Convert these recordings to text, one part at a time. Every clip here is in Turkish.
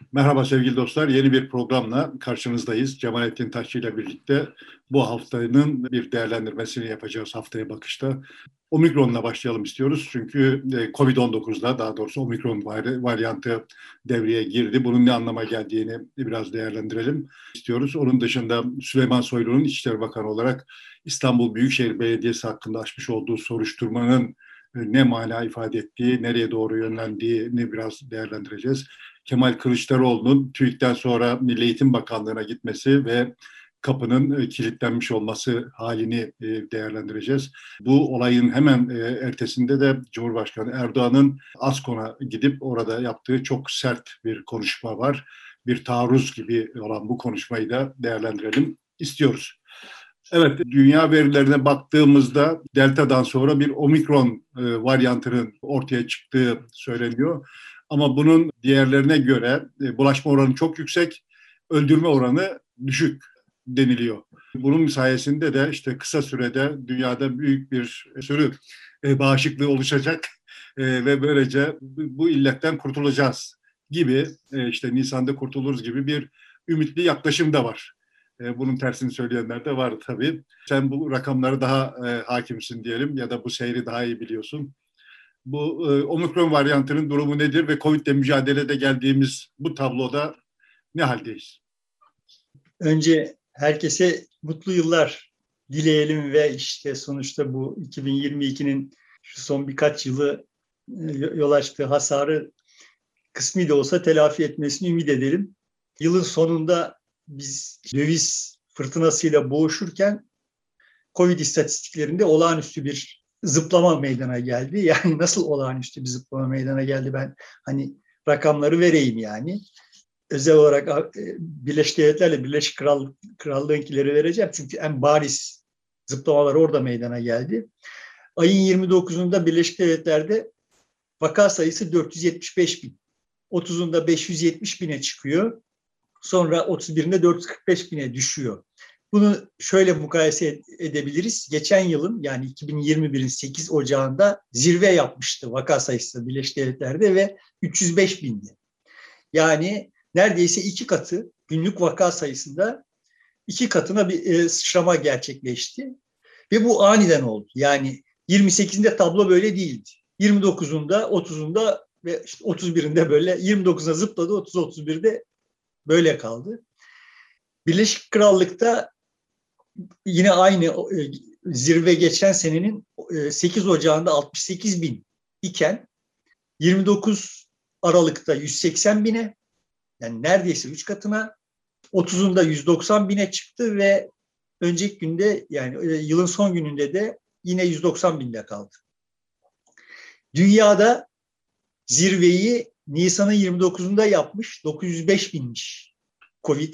Merhaba sevgili dostlar, yeni bir programla karşınızdayız. Cemalettin Taşçı ile birlikte bu haftanın bir değerlendirmesini yapacağız haftaya bakışta. Omikron'la başlayalım istiyoruz çünkü Covid-19'da daha doğrusu Omikron varyantı devreye girdi. Bunun ne anlama geldiğini biraz değerlendirelim istiyoruz. Onun dışında Süleyman Soylu'nun İçişleri Bakanı olarak İstanbul Büyükşehir Belediyesi hakkında açmış olduğu soruşturmanın ne mana ifade ettiği, nereye doğru yönlendiğini biraz değerlendireceğiz. Kemal Kılıçdaroğlu'nun TÜİK'ten sonra Milli Eğitim Bakanlığı'na gitmesi ve kapının kilitlenmiş olması halini değerlendireceğiz. Bu olayın hemen ertesinde de Cumhurbaşkanı Erdoğan'ın ASKON'a gidip orada yaptığı çok sert bir konuşma var. Bir taarruz gibi olan bu konuşmayı da değerlendirelim istiyoruz. Evet, dünya verilerine baktığımızda Delta'dan sonra bir Omikron varyantının ortaya çıktığı söyleniyor. Ama bunun diğerlerine göre bulaşma oranı çok yüksek, öldürme oranı düşük deniliyor. Bunun sayesinde de işte kısa sürede dünyada büyük bir sürü bağışıklığı oluşacak ve böylece bu illetten kurtulacağız gibi işte Nisan'da kurtuluruz gibi bir ümitli yaklaşım da var. Bunun tersini söyleyenler de var tabii. Sen bu rakamları daha hakimsin diyelim ya da bu seyri daha iyi biliyorsun. Bu Omikron varyantının durumu nedir ve Covid'le mücadelede geldiğimiz bu tabloda ne haldeyiz? Önce herkese mutlu yıllar dileyelim ve işte sonuçta bu 2022'nin şu son birkaç yılı yol açtığı hasarı kısmi de olsa telafi etmesini ümit edelim. Yılın sonunda biz döviz fırtınasıyla boğuşurken Covid istatistiklerinde olağanüstü bir zıplama meydana geldi. Yani nasıl olağanüstü bir zıplama meydana geldi, ben hani rakamları vereyim yani. Özel olarak Birleşik Devletler'le Birleşik Krallığınkileri vereceğim. Çünkü en bariz zıplamalar orada meydana geldi. Ayın 29'unda Birleşik Devletler'de vaka sayısı 475 bin. 30'unda 570 bine çıkıyor. Sonra 31'inde 445 bine düşüyor. Bunu şöyle mukayese edebiliriz. Geçen yılın yani 2021'in 8 Ocağı'nda zirve yapmıştı vaka sayısı Birleşik Devletler'de ve 305 bindi. Yani neredeyse 2 katı günlük vaka sayısında 2 katına bir sıçrama gerçekleşti. Ve bu aniden oldu. Yani 28'inde tablo böyle değildi. 29'unda, 30'unda ve işte 31'inde böyle 29'a zıpladı, 30-31'de böyle kaldı. Birleşik Krallık'ta yine aynı zirve geçen senenin 8 Ocağı'nda 68 bin iken 29 Aralık'ta 180 bine, yani neredeyse 3 katına, 30'unda 190 bine çıktı ve önceki günde yani yılın son gününde de yine 190 binde kaldı. Dünyada zirveyi Nisan'ın 29'unda yapmış, 905 binmiş Covid.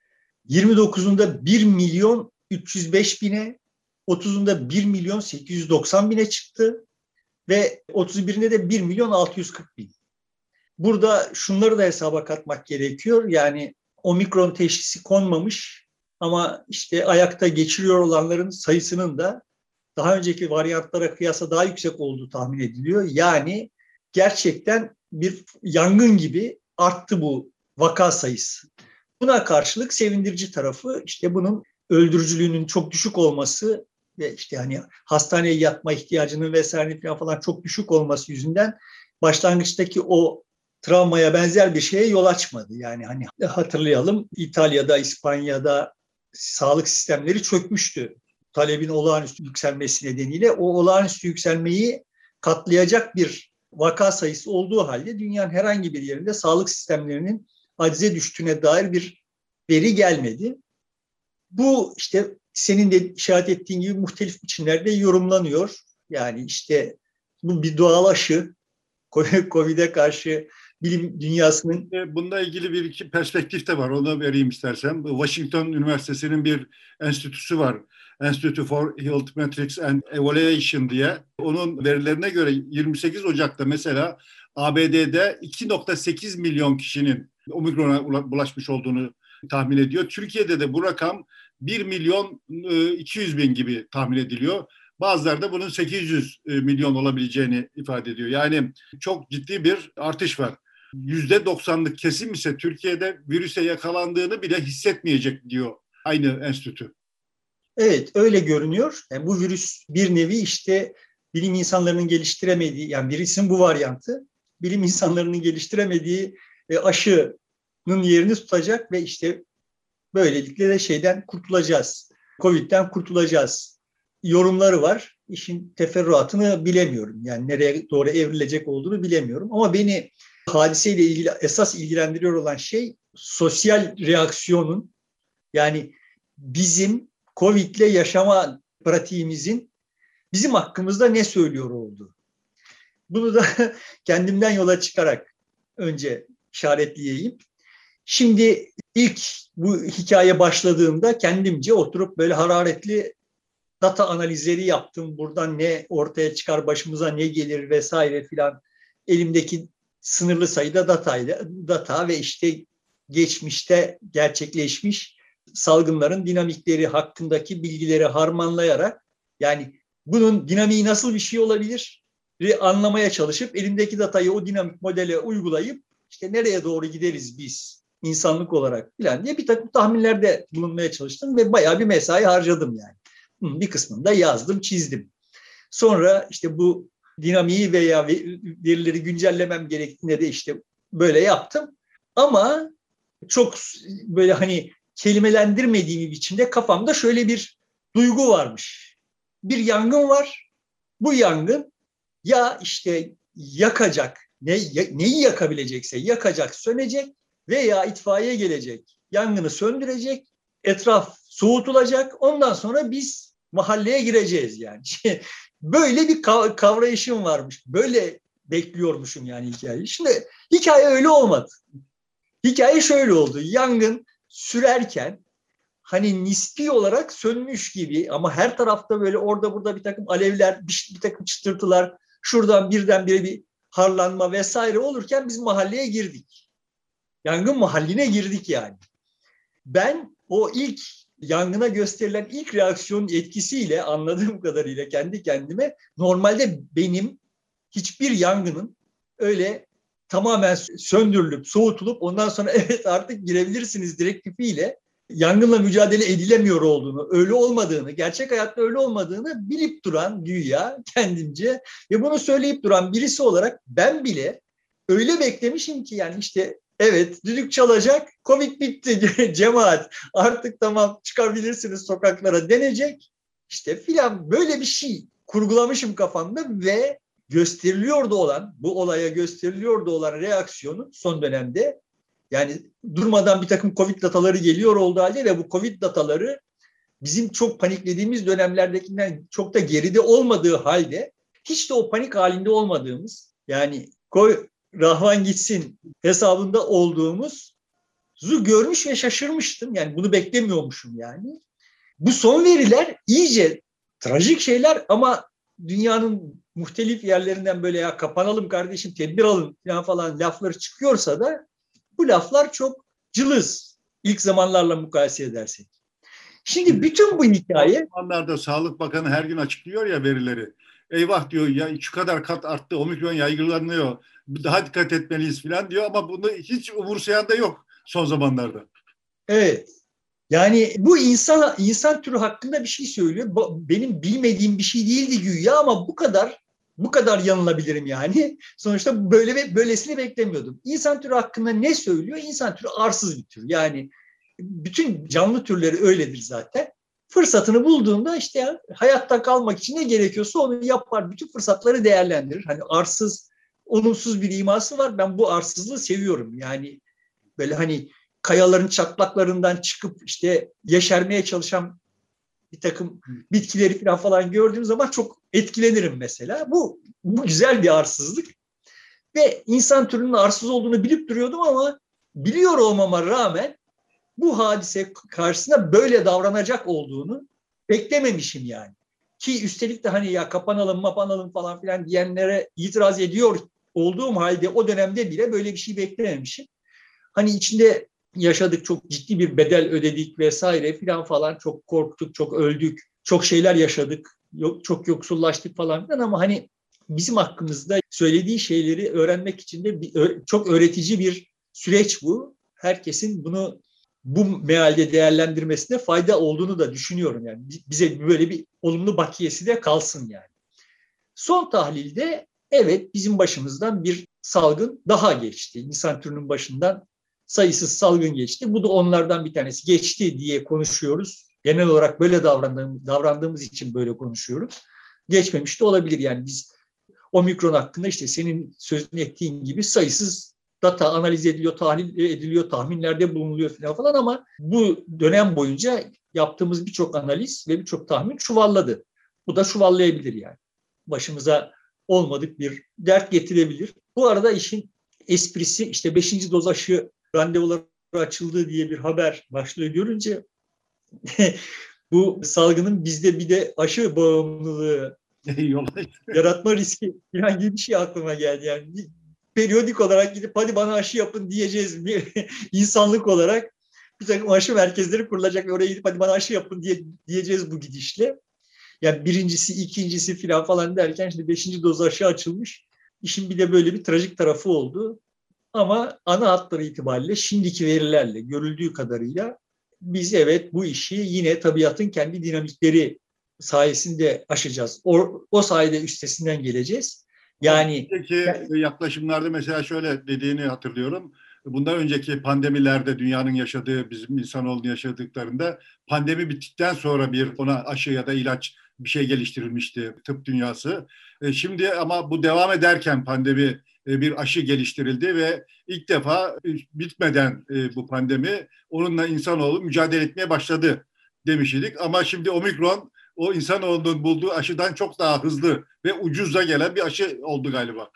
29'unda 1 milyon 305 bine, 30'unda 1 milyon 890 bine çıktı ve 31'inde de 1 milyon 640 bin. Burada şunları da hesaba katmak gerekiyor. Yani omikron teşhisi konmamış ama işte ayakta geçiriyor olanların sayısının da daha önceki varyantlara kıyasla daha yüksek olduğu tahmin ediliyor. Yani gerçekten bir yangın gibi arttı bu vaka sayısı. Buna karşılık sevindirici tarafı işte bunun öldürücülüğünün çok düşük olması ve işte hani hastaneye yatma ihtiyacının vesaire falan çok düşük olması yüzünden başlangıçtaki o travmaya benzer bir şeye yol açmadı. Yani hani hatırlayalım, İtalya'da, İspanya'da sağlık sistemleri çökmüştü. Talebin olağanüstü yükselmesi nedeniyle o olağanüstü yükselmeyi katlayacak bir vaka sayısı olduğu halde dünyanın herhangi bir yerinde sağlık sistemlerinin acize düştüğüne dair bir veri gelmedi. Bu işte senin de işaret ettiğin gibi muhtelif biçimlerde yorumlanıyor. Yani işte bu bir doğal aşı, Covid'e karşı bilim dünyasının... Bununla ilgili bir iki perspektif de var. Onu vereyim istersen. Washington Üniversitesi'nin bir enstitüsü var. Institute for Health Metrics and Evaluation diye. Onun verilerine göre 28 Ocak'ta mesela ABD'de 2,8 milyon kişinin Omikron'a bulaşmış olduğunu tahmin ediyor. Türkiye'de de bu rakam 1 milyon 200 bin gibi tahmin ediliyor. Bazıları da bunun 800 milyon olabileceğini ifade ediyor. Yani çok ciddi bir artış var. %90'lık kesim ise Türkiye'de virüse yakalandığını bile hissetmeyecek diyor aynı enstitü. Evet, öyle görünüyor. Yani bu virüs bir nevi işte bilim insanlarının geliştiremediği, yani virüsün bu varyantı, bilim insanlarının geliştiremediği aşının yerini tutacak ve işte böylelikle de şeyden kurtulacağız. Covid'den kurtulacağız yorumları var. İşin teferruatını bilemiyorum. Yani nereye doğru evrilecek olduğunu bilemiyorum. Ama beni hadiseyle ilgili esas ilgilendiriyor olan şey sosyal reaksiyonun, yani bizim Covid'le yaşama pratiğimizin bizim hakkımızda ne söylüyor olduğu. Bunu da kendimden yola çıkarak önce işaretleyeyim. Şimdi ilk bu hikaye başladığında kendimce oturup böyle hararetli data analizleri yaptım. Buradan ne ortaya çıkar, başımıza ne gelir vesaire filan. Elimdeki sınırlı sayıda data ve işte geçmişte gerçekleşmiş salgınların dinamikleri hakkındaki bilgileri harmanlayarak, yani bunun dinamiği nasıl bir şey olabilir anlamaya çalışıp elimdeki datayı o dinamik modele uygulayıp işte nereye doğru gideriz biz insanlık olarak falan diye bir takım tahminlerde bulunmaya çalıştım ve bayağı bir mesai harcadım yani. Bir kısmını da yazdım, çizdim. Sonra işte bu dinamiği veya verileri güncellemem gerektiğinde de işte böyle yaptım. Ama çok böyle hani kelimelendirmediğim bir biçimde kafamda şöyle bir duygu varmış. Bir yangın var. Bu yangın ya işte yakacak, neyi yakabilecekse yakacak, sönecek veya itfaiye gelecek, yangını söndürecek, etraf soğutulacak. Ondan sonra biz mahalleye gireceğiz yani. Böyle bir kavrayışım varmış. Böyle bekliyormuşum yani hikayeyi. Şimdi hikaye öyle olmadı. Hikaye şöyle oldu. Yangın sürerken hani nispi olarak sönmüş gibi ama her tarafta böyle orada burada bir takım alevler, bir takım çıtırtılar, şuradan birdenbire bir harlanma vesaire olurken biz mahalleye girdik. Yangın mahalline girdik yani. Ben o ilk yangına gösterilen ilk reaksiyonun etkisiyle anladığım kadarıyla kendi kendime normalde benim hiçbir yangının öyle tamamen söndürülüp soğutulup ondan sonra evet artık girebilirsiniz direktifiyle yangınla mücadele edilemiyor olduğunu, öyle olmadığını, gerçek hayatta öyle olmadığını bilip duran güya kendimce ve bunu söyleyip duran birisi olarak ben bile öyle beklemişim ki yani işte evet düdük çalacak, Covid bitti cemaat artık tamam çıkabilirsiniz sokaklara denecek işte filan böyle bir şey kurgulamışım kafamda ve gösteriliyordu olan, bu olaya gösteriliyordu olan reaksiyonun son dönemde yani durmadan bir takım Covid dataları geliyor olduğu halde ve bu Covid dataları bizim çok paniklediğimiz dönemlerdekinden çok da geride olmadığı halde hiç de o panik halinde olmadığımız yani koy rahvan gitsin hesabında olduğumuzu görmüş ve şaşırmıştım. Yani bunu beklemiyormuşum yani. Bu son veriler iyice trajik şeyler ama dünyanın muhtelif yerlerinden böyle ya kapanalım kardeşim tedbir alın falan lafları çıkıyorsa da bu laflar çok cılız ilk zamanlarla mukayese edersek. Şimdi bütün bu hikaye... O zamanlarda Sağlık Bakanı her gün açıklıyor ya verileri. Eyvah diyor ya şu kadar kat arttı, omikron yaygınlanıyor, daha dikkat etmeliyiz falan diyor ama bunu hiç umursayan da yok son zamanlarda. Evet. Yani bu insan türü hakkında bir şey söylüyor. Benim bilmediğim bir şey değildi güya ama bu kadar yanılabilirim yani. Sonuçta böylesini beklemiyordum. İnsan türü hakkında ne söylüyor? İnsan türü arsız bir tür. Yani bütün canlı türleri öyledir zaten. Fırsatını bulduğunda işte hayatta kalmak için ne gerekiyorsa onu yapar. Bütün fırsatları değerlendirir. Hani arsız, olumsuz bir iması var. Ben bu arsızlığı seviyorum. Yani böyle hani kayaların çatlaklarından çıkıp işte yeşermeye çalışan bir takım bitkileri falan gördüğüm zaman çok etkilenirim mesela. Bu güzel bir arsızlık. Ve insan türünün arsız olduğunu bilip duruyordum ama biliyor olmama rağmen bu hadise karşısında böyle davranacak olduğunu beklememişim yani. Ki üstelik de hani ya kapanalım falan filan diyenlere itiraz ediyor olduğum halde o dönemde bile böyle bir şey beklememişim. Hani içinde yaşadık, çok ciddi bir bedel ödedik vesaire falan çok korktuk, çok öldük, çok şeyler yaşadık, çok yoksullaştık falan filan ama hani bizim hakkımızda söylediği şeyleri öğrenmek için de çok öğretici bir süreç bu. Herkesin bunu bu mealde değerlendirmesine fayda olduğunu da düşünüyorum. Yani bize böyle bir olumlu bakiyesi de kalsın yani. Son tahlilde evet bizim başımızdan bir salgın daha geçti. İnsan türünün başından sayısız salgın geçti. Bu da onlardan bir tanesi. Geçti diye konuşuyoruz. Genel olarak böyle davrandığımız için böyle konuşuyoruz. Geçmemiş de olabilir. Yani biz omikron hakkında işte senin sözünü ettiğin gibi sayısız data analiz ediliyor, tahlil ediliyor, tahminlerde bulunuyor falan ama bu dönem boyunca yaptığımız birçok analiz ve birçok tahmin çuvalladı. Bu da çuvallayabilir yani. Başımıza olmadık bir dert getirebilir. Bu arada işin esprisi işte 5. doz aşı randevuları açıldı diye bir haber başlığı görünce bu salgının bizde bir de aşı bağımlılığı yaratma riski falan gibi bir şey aklıma geldi. Yani periyodik olarak gidip hadi bana aşı yapın diyeceğiz insanlık olarak. Bir takım aşı merkezleri kurulacak ve oraya gidip hadi bana aşı yapın diyeceğiz bu gidişle. Yani birincisi, ikincisi falan derken şimdi 5. doz aşı açılmış. İşin bir de böyle bir trajik tarafı oldu. Ama ana hatları itibariyle şimdiki verilerle görüldüğü kadarıyla biz evet bu işi yine tabiatın kendi dinamikleri sayesinde aşacağız. O sayede üstesinden geleceğiz. Yani önceki yaklaşımlarda mesela şöyle dediğini hatırlıyorum. Bundan önceki pandemilerde dünyanın yaşadığı, bizim insanoğlunun yaşadıklarında pandemi bittikten sonra bir ona aşı ya da ilaç bir şey geliştirilmişti tıp dünyası. Şimdi ama bu devam ederken pandemi bir aşı geliştirildi ve ilk defa bitmeden bu pandemi onunla insanoğlu mücadele etmeye başladı demiştik. Ama şimdi omikron o insanoğlunun bulduğu aşıdan çok daha hızlı ve ucuzla gelen bir aşı oldu galiba.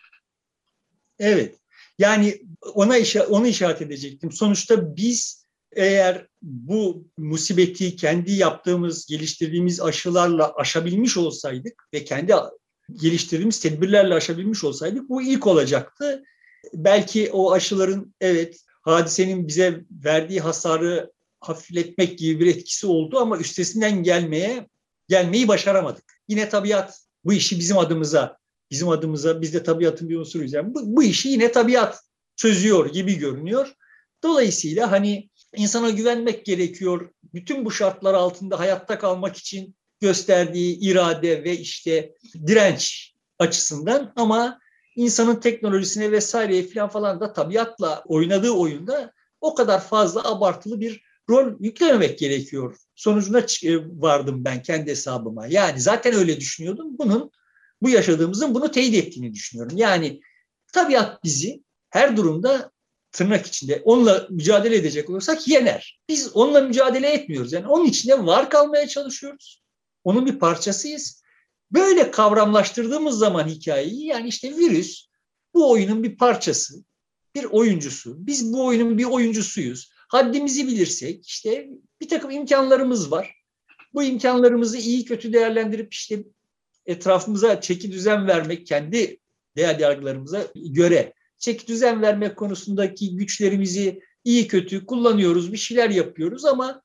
Evet. Yani onu işaret edecektim. Sonuçta biz eğer bu musibeti kendi yaptığımız, geliştirdiğimiz aşılarla aşabilmiş olsaydık ve kendi geliştirdiğimiz tedbirlerle aşabilmiş olsaydık bu ilk olacaktı. Belki o aşıların evet hadisenin bize verdiği hasarı hafifletmek gibi bir etkisi oldu ama üstesinden gelmeyi başaramadık. Yine tabiat bu işi bizim adımıza biz de tabiatın bir unsuruyuz. Yani bu işi yine tabiat çözüyor gibi görünüyor. Dolayısıyla hani insana güvenmek gerekiyor. Bütün bu şartlar altında hayatta kalmak için gösterdiği irade ve işte direnç açısından ama insanın teknolojisine vesaireye falan da tabiatla oynadığı oyunda o kadar fazla abartılı bir rol yüklememek gerekiyor. Sonucuna vardım ben kendi hesabıma. Yani zaten öyle düşünüyordum. Bu yaşadığımızın bunu teyit ettiğini düşünüyorum. Yani tabiat bizi her durumda tırnak içinde onunla mücadele edecek olursak yener. Biz onunla mücadele etmiyoruz. Yani onun içinde var kalmaya çalışıyoruz. Onun bir parçasıyız. Böyle kavramlaştırdığımız zaman hikayeyi yani işte virüs bu oyunun bir parçası, bir oyuncusu. Biz bu oyunun bir oyuncusuyuz. Haddimizi bilirsek işte bir takım imkanlarımız var. Bu imkanlarımızı iyi kötü değerlendirip işte etrafımıza çeki düzen vermek, kendi değer yargılarımıza göre çeki düzen vermek konusundaki güçlerimizi iyi kötü kullanıyoruz, bir şeyler yapıyoruz ama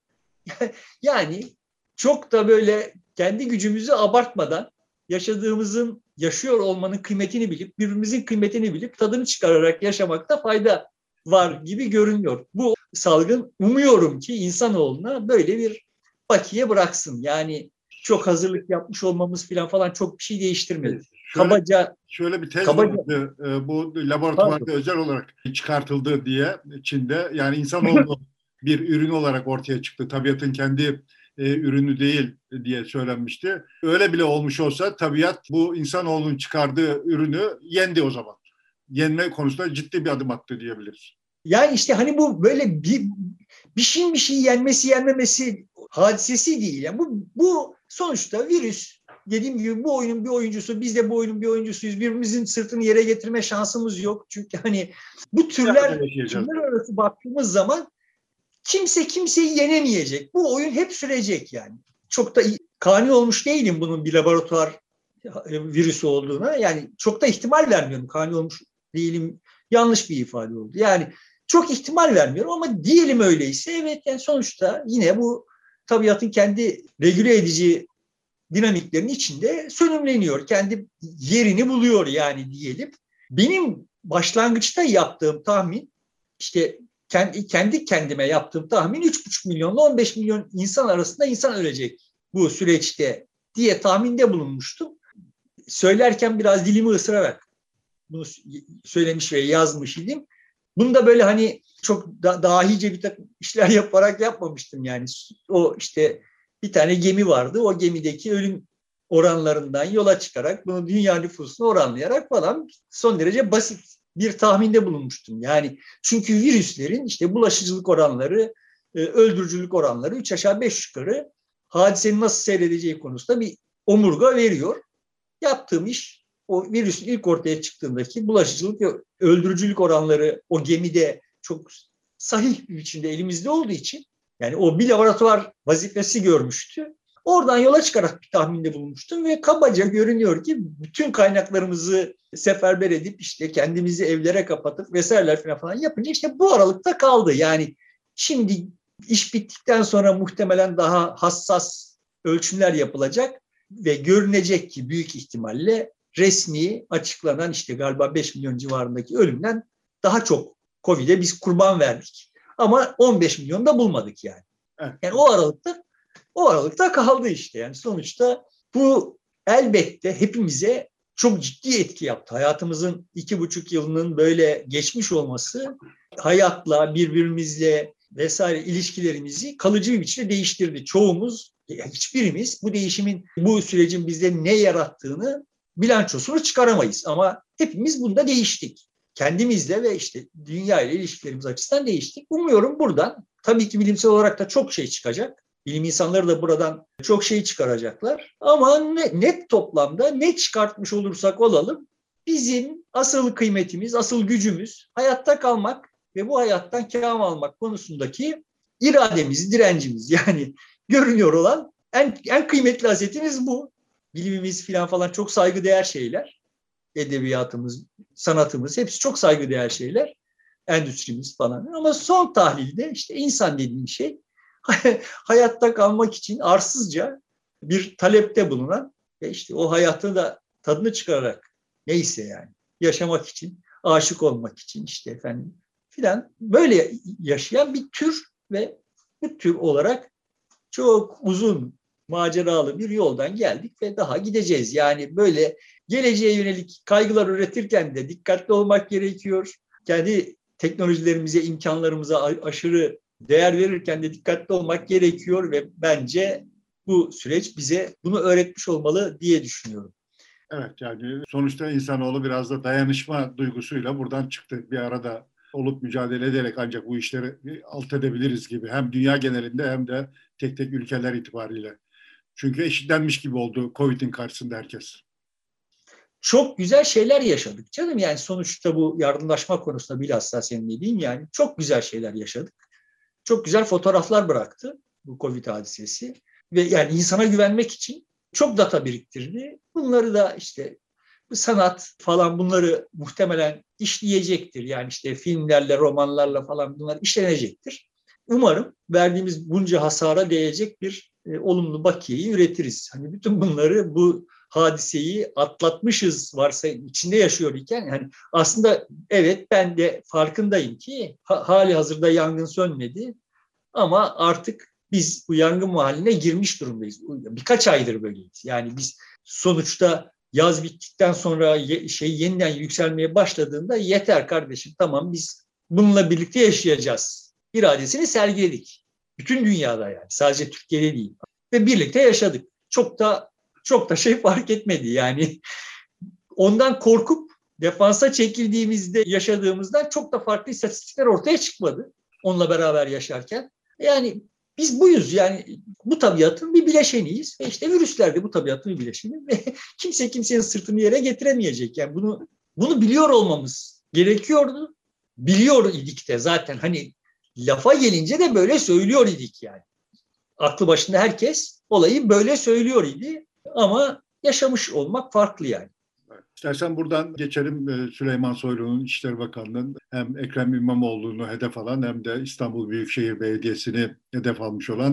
yani çok da böyle kendi gücümüzü abartmadan yaşıyor olmanın kıymetini bilip, birbirimizin kıymetini bilip tadını çıkararak yaşamakta fayda var gibi görünüyor. Bu salgın umuyorum ki insanoğluna böyle bir bakiye bıraksın. Yani çok hazırlık yapmış olmamız falan çok bir şey değiştirmedi. Şöyle bir tez vardı. Bu laboratuvarda özel olarak çıkartıldı diye Çin'de. Yani insanoğlu bir ürün olarak ortaya çıktı. Tabiatın kendi ürünü değil diye söylenmişti. Öyle bile olmuş olsa tabiat bu insanoğlunun çıkardığı ürünü yendi o zaman. Yenme konusunda ciddi bir adım attı diyebiliriz. Yani işte hani bu böyle bir şeyin yenmesi hadisesi değil. Yani bu sonuçta virüs. Dediğim gibi bu oyunun bir oyuncusu, biz de bu oyunun bir oyuncusuyuz. Birbirimizin sırtını yere getirme şansımız yok. Çünkü hani bu türler arası baktığımız zaman kimse kimseyi yenemeyecek. Bu oyun hep sürecek yani. Çok da kani olmuş değilim bunun bir laboratuvar virüsü olduğuna. Yani çok da ihtimal vermiyorum. Kani olmuş değilim. Yanlış bir ifade oldu. Yani çok ihtimal vermiyorum ama diyelim öyleyse evet yani sonuçta yine bu tabiatın kendi regüle edici dinamiklerin içinde sönümleniyor. Kendi yerini buluyor yani diyelim. Benim başlangıçta yaptığım tahmin, işte kendi kendime yaptığım tahmin 3,5 milyonla 15 milyon insan arasında insan ölecek bu süreçte diye tahminde bulunmuştum. Söylerken biraz dilimi ısırarak bunu söylemiş ve yazmış idim. Bunu da böyle hani çok dahice bir takım işler yaparak yapmamıştım yani. O işte bir tane gemi vardı. O gemideki ölüm oranlarından yola çıkarak bunu dünya nüfusuna oranlayarak falan son derece basit bir tahminde bulunmuştum. Yani çünkü virüslerin işte bulaşıcılık oranları, öldürücülük oranları 3 aşağı 5 yukarı hadisenin nasıl seyredeceği konusunda bir omurga veriyor. Yaptığım iş o virüsün ilk ortaya çıktığındaki bulaşıcılık ve öldürücülük oranları o gemide çok sahih bir biçimde elimizde olduğu için yani o bir laboratuvar vazifesi görmüştü. Oradan yola çıkarak bir tahminde bulunmuştum ve kabaca görünüyor ki bütün kaynaklarımızı seferber edip işte kendimizi evlere kapatıp vesaireler falan yapınca işte bu aralıkta kaldı. Yani şimdi iş bittikten sonra muhtemelen daha hassas ölçümler yapılacak ve görünecek ki büyük ihtimalle resmi açıklanan işte galiba 5 milyon civarındaki ölümden daha çok Covid'e biz kurban verdik. Ama 15 milyon da bulmadık yani. Evet. Yani o aralıkta kaldı işte. Yani sonuçta bu elbette hepimize çok ciddi etki yaptı. Hayatımızın 2,5 yılının böyle geçmiş olması hayatla, birbirimizle vesaire ilişkilerimizi kalıcı bir biçimde değiştirdi. Çoğumuz, hiçbirimiz bu değişimin, bu sürecin bizde ne yarattığını bilançosunu çıkaramayız. Ama hepimiz bunda değiştik. Kendimizle ve işte dünya ile ilişkilerimiz açısından değiştik. Umuyorum buradan tabii ki bilimsel olarak da çok şey çıkacak. Bilim insanları da buradan çok şey çıkaracaklar. Ama net toplamda ne çıkartmış olursak olalım bizim asıl kıymetimiz, asıl gücümüz hayatta kalmak ve bu hayattan kâr almak konusundaki irademiz, direncimiz. Yani görünüyor olan en kıymetli hasetimiz bu. Bilimimiz falan çok saygıdeğer şeyler. Edebiyatımız, sanatımız hepsi çok saygıdeğer şeyler. Endüstrimiz falan. Ama son tahlilde işte insan dediğin şey hayatta kalmak için arsızca bir talepte bulunan ve işte o hayatın da tadını çıkararak neyse yani yaşamak için, aşık olmak için işte efendim filan böyle yaşayan bir tür ve bu tür olarak çok uzun maceralı bir yoldan geldik ve daha gideceğiz. Yani böyle geleceğe yönelik kaygılar üretirken de dikkatli olmak gerekiyor. Kendi teknolojilerimize, imkanlarımıza aşırı değer verirken de dikkatli olmak gerekiyor ve bence bu süreç bize bunu öğretmiş olmalı diye düşünüyorum. Evet, yani sonuçta insanoğlu biraz da dayanışma duygusuyla buradan çıktı. Bir arada olup mücadele ederek ancak bu işleri alt edebiliriz gibi. Hem dünya genelinde hem de tek tek ülkeler itibariyle. Çünkü eşitlenmiş gibi oldu Covid'in karşısında herkes. Çok güzel şeyler yaşadık canım. Yani sonuçta bu yardımlaşma konusunda bilhassa senin dediğin yani çok güzel şeyler yaşadık. Çok güzel fotoğraflar bıraktı bu Covid hadisesi. Ve yani insana güvenmek için çok data biriktirdi. Bunları da işte sanat falan bunları muhtemelen işleyecektir. Yani işte filmlerle, romanlarla falan bunlar işlenecektir. Umarım verdiğimiz bunca hasara değecek bir olumlu bakiyeyi üretiriz. Hani bütün bunları bu hadiseyi atlatmışız varsa içinde yaşıyor iken yani aslında evet ben de farkındayım ki hali hazırda yangın sönmedi ama artık biz bu yangın mahalline girmiş durumdayız. Birkaç aydır böyleyiz. Yani biz sonuçta yaz bittikten sonra yeniden yükselmeye başladığında yeter kardeşim tamam biz bununla birlikte yaşayacağız iradesini sergiledik. Bütün dünyada yani sadece Türkiye'de değil. Ve birlikte yaşadık. Çok da şey fark etmedi yani. Ondan korkup defansa çekildiğimizde yaşadığımızdan çok da farklı istatistikler ortaya çıkmadı. Onunla beraber yaşarken. Yani biz buyuz yani bu tabiatın bir bileşeniyiz. Ve işte virüsler de bu tabiatın bir bileşeni. Ve kimse kimsenin sırtını yere getiremeyecek. Yani bunu biliyor olmamız gerekiyordu. Biliyor idik de zaten hani lafa gelince de böyle söylüyor idik yani. Aklı başında herkes olayı böyle söylüyor idi. Ama yaşamış olmak farklı yani. İstersen buradan geçelim Süleyman Soylu'nun İçişleri Bakanlığı'nın hem Ekrem İmamoğlu'nu hedef alan hem de İstanbul Büyükşehir Belediyesi'ni hedef almış olan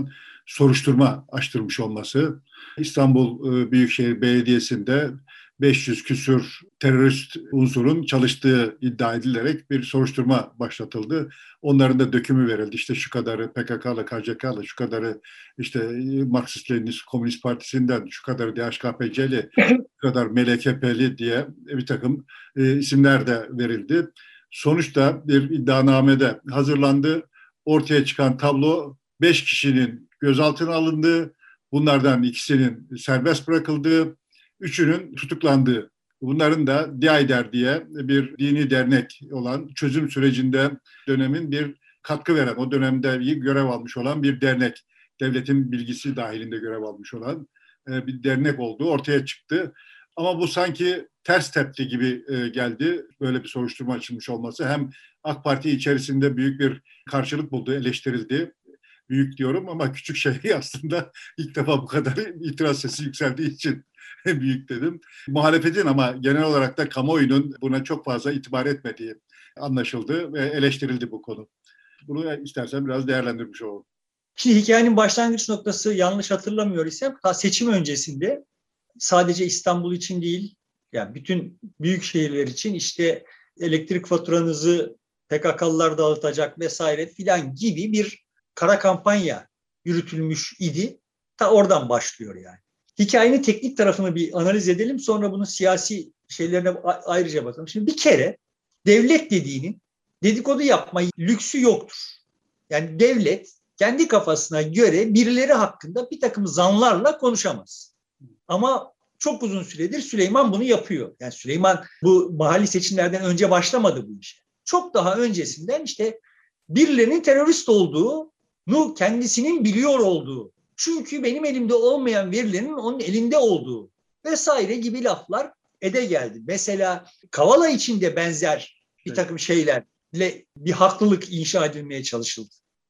soruşturma açtırmış olması, İstanbul Büyükşehir Belediyesi'nde 500 küsür terörist unsurun çalıştığı iddia edilerek bir soruşturma başlatıldı. Onların da dökümü verildi. İşte şu kadarı PKK'lı, KCK'lı, şu kadarı işte Marksist-Leninist Komünist Partisi'nden, şu kadarı DHKPC'li, şu kadar MLKP'li diye bir takım isimler de verildi. Sonuçta bir iddianamede hazırlandı. Ortaya çıkan tablo 5 kişinin gözaltına alındığı, bunlardan ikisinin serbest bırakıldığı, üçünün tutuklandığı. Bunların da DİAYDER diye bir dini dernek olan, çözüm sürecinde dönemin bir katkı veren, o dönemde görev almış olan bir dernek, devletin bilgisi dahilinde görev almış olan bir dernek olduğu ortaya çıktı. Ama bu sanki ters tepti gibi geldi, böyle bir soruşturma açılmış olması. Hem AK Parti içerisinde büyük bir karşılık buldu, eleştirildi. Büyük diyorum ama küçük şey aslında ilk defa bu kadar itiraz sesi yükseldiği için büyük dedim. Muhalefetin ama genel olarak da kamuoyunun buna çok fazla itibar etmediği anlaşıldı ve eleştirildi bu konu. Bunu istersen biraz değerlendirmiş olalım. Şimdi hikayenin başlangıç noktası, yanlış hatırlamıyor isem, seçim öncesinde sadece İstanbul için değil, yani bütün büyük şehirler için işte elektrik faturanızı PKK'lılar dağıtacak vesaire filan gibi bir kara kampanya yürütülmüş idi. Ta oradan başlıyor yani. Hikayenin teknik tarafını bir analiz edelim, sonra bunun siyasi şeylerine ayrıca bakalım. Şimdi bir kere devlet dediğinin dedikodu yapma lüksü yoktur. Yani devlet kendi kafasına göre birileri hakkında bir takım zanlarla konuşamaz. Ama çok uzun süredir Süleyman bunu yapıyor. Yani Süleyman bu mahalli seçimlerden önce başlamadı bu işe. Çok daha öncesinden işte birilerinin terörist olduğunu kendisinin biliyor olduğu, çünkü benim elimde olmayan verilerin onun elinde olduğu vesaire gibi laflar ede geldi. Mesela Kavala için de benzer bir takım şeylerle bir haklılık inşa edilmeye çalışıldı.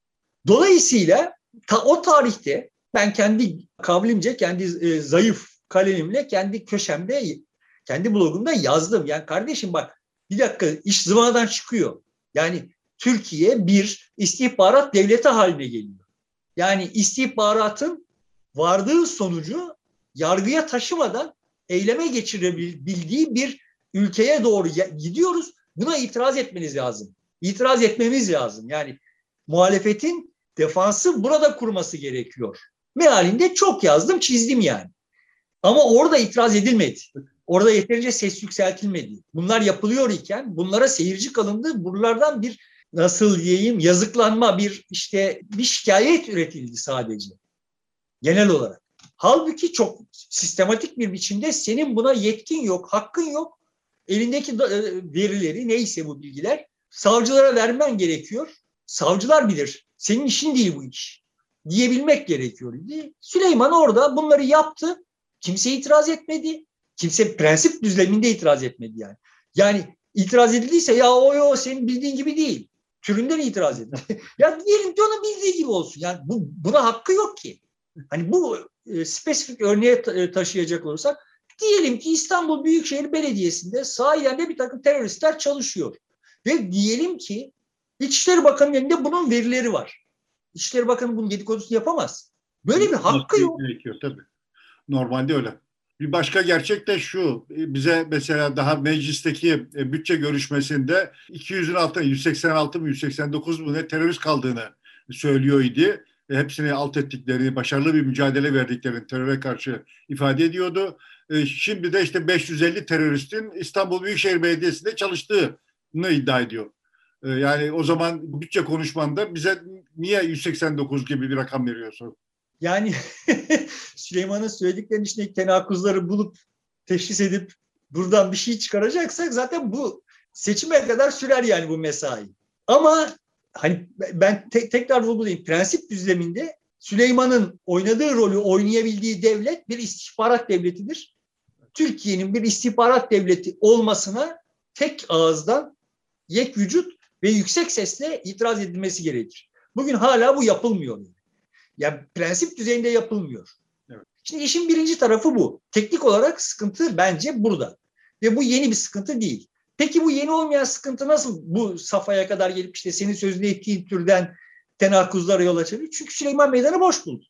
Dolayısıyla o tarihte ben kendi kavlimce, kendi zayıf kalemimle kendi köşemde, kendi blogumda yazdım. Yani kardeşim bak, bir dakika, iş zıvanadan çıkıyor. Yani Türkiye bir istihbarat devleti haline geliyor. Yani istihbaratın vardığı sonucu yargıya taşımadan eyleme geçirebildiği bir ülkeye doğru gidiyoruz. Buna itiraz etmeniz lazım. İtiraz etmemiz lazım. Yani muhalefetin defansı burada kurması gerekiyor. Mealinde çok yazdım, çizdim yani. Ama orada itiraz edilmedi. Orada yeterince ses yükseltilmedi. Bunlar yapılıyor iken bunlara seyirci kalındı. Buralardan bir, nasıl diyeyim, yazıklanma, bir şikayet üretildi sadece. Genel olarak. Halbuki çok sistematik bir biçimde senin buna yetkin yok, hakkın yok. Elindeki verileri, neyse bu bilgiler, savcılara vermen gerekiyor. Savcılar bilir. Senin işin değil bu iş diyebilmek gerekiyor. Süleyman orada bunları yaptı. Kimse itiraz etmedi. Kimse prensip düzleminde itiraz etmedi yani. Yani itiraz edildiyse ya o senin bildiğin gibi değil, türünden itiraz edin. Ya diyelim ki onun bildiği gibi olsun. Yani buna hakkı yok ki. Hani bu spesifik örneğe taşıyacak olursak, diyelim ki İstanbul Büyükşehir Belediyesi'nde sahiden de bir takım teröristler çalışıyor. Ve diyelim ki İçişleri Bakanı'nın elinde bunun verileri var. İçişleri Bakanı bunun dedikodusunu yapamaz. Böyle bir hakkı yok. Gerekiyor tabii. Normalde öyle. Bir başka gerçek de şu, bize mesela daha meclisteki bütçe görüşmesinde 200'ün altında 186 mı 189 mu ne terörist kaldığını söylüyor idi. Hepsini alt ettiklerini, başarılı bir mücadele verdiklerini teröre karşı ifade ediyordu. Şimdi de işte 550 teröristin İstanbul Büyükşehir Belediyesi'nde çalıştığını iddia ediyor. Yani o zaman bütçe konuşmanda bize niye 189 gibi bir rakam veriyorsun? Yani Süleyman'ın söylediklerinin içindeki tenakuzları bulup teşhis edip buradan bir şey çıkaracaksak zaten bu seçime kadar sürer yani bu mesai. Ama hani ben tekrar vurgulayayım, prensip düzleminde Süleyman'ın oynadığı rolü oynayabildiği devlet bir istihbarat devletidir. Türkiye'nin bir istihbarat devleti olmasına tek ağızdan, yek vücut ve yüksek sesle itiraz edilmesi gerekir. Bugün hala bu yapılmıyor. Yani prensip düzeyinde yapılmıyor. Evet. Şimdi işin birinci tarafı bu. Teknik olarak sıkıntı bence burada. Ve bu yeni bir sıkıntı değil. Peki bu yeni olmayan sıkıntı nasıl bu safhaya kadar gelip işte senin sözünü ettiğin türden tenakuzlara yol açabilir? Çünkü Süleyman Meydanı boş buldu.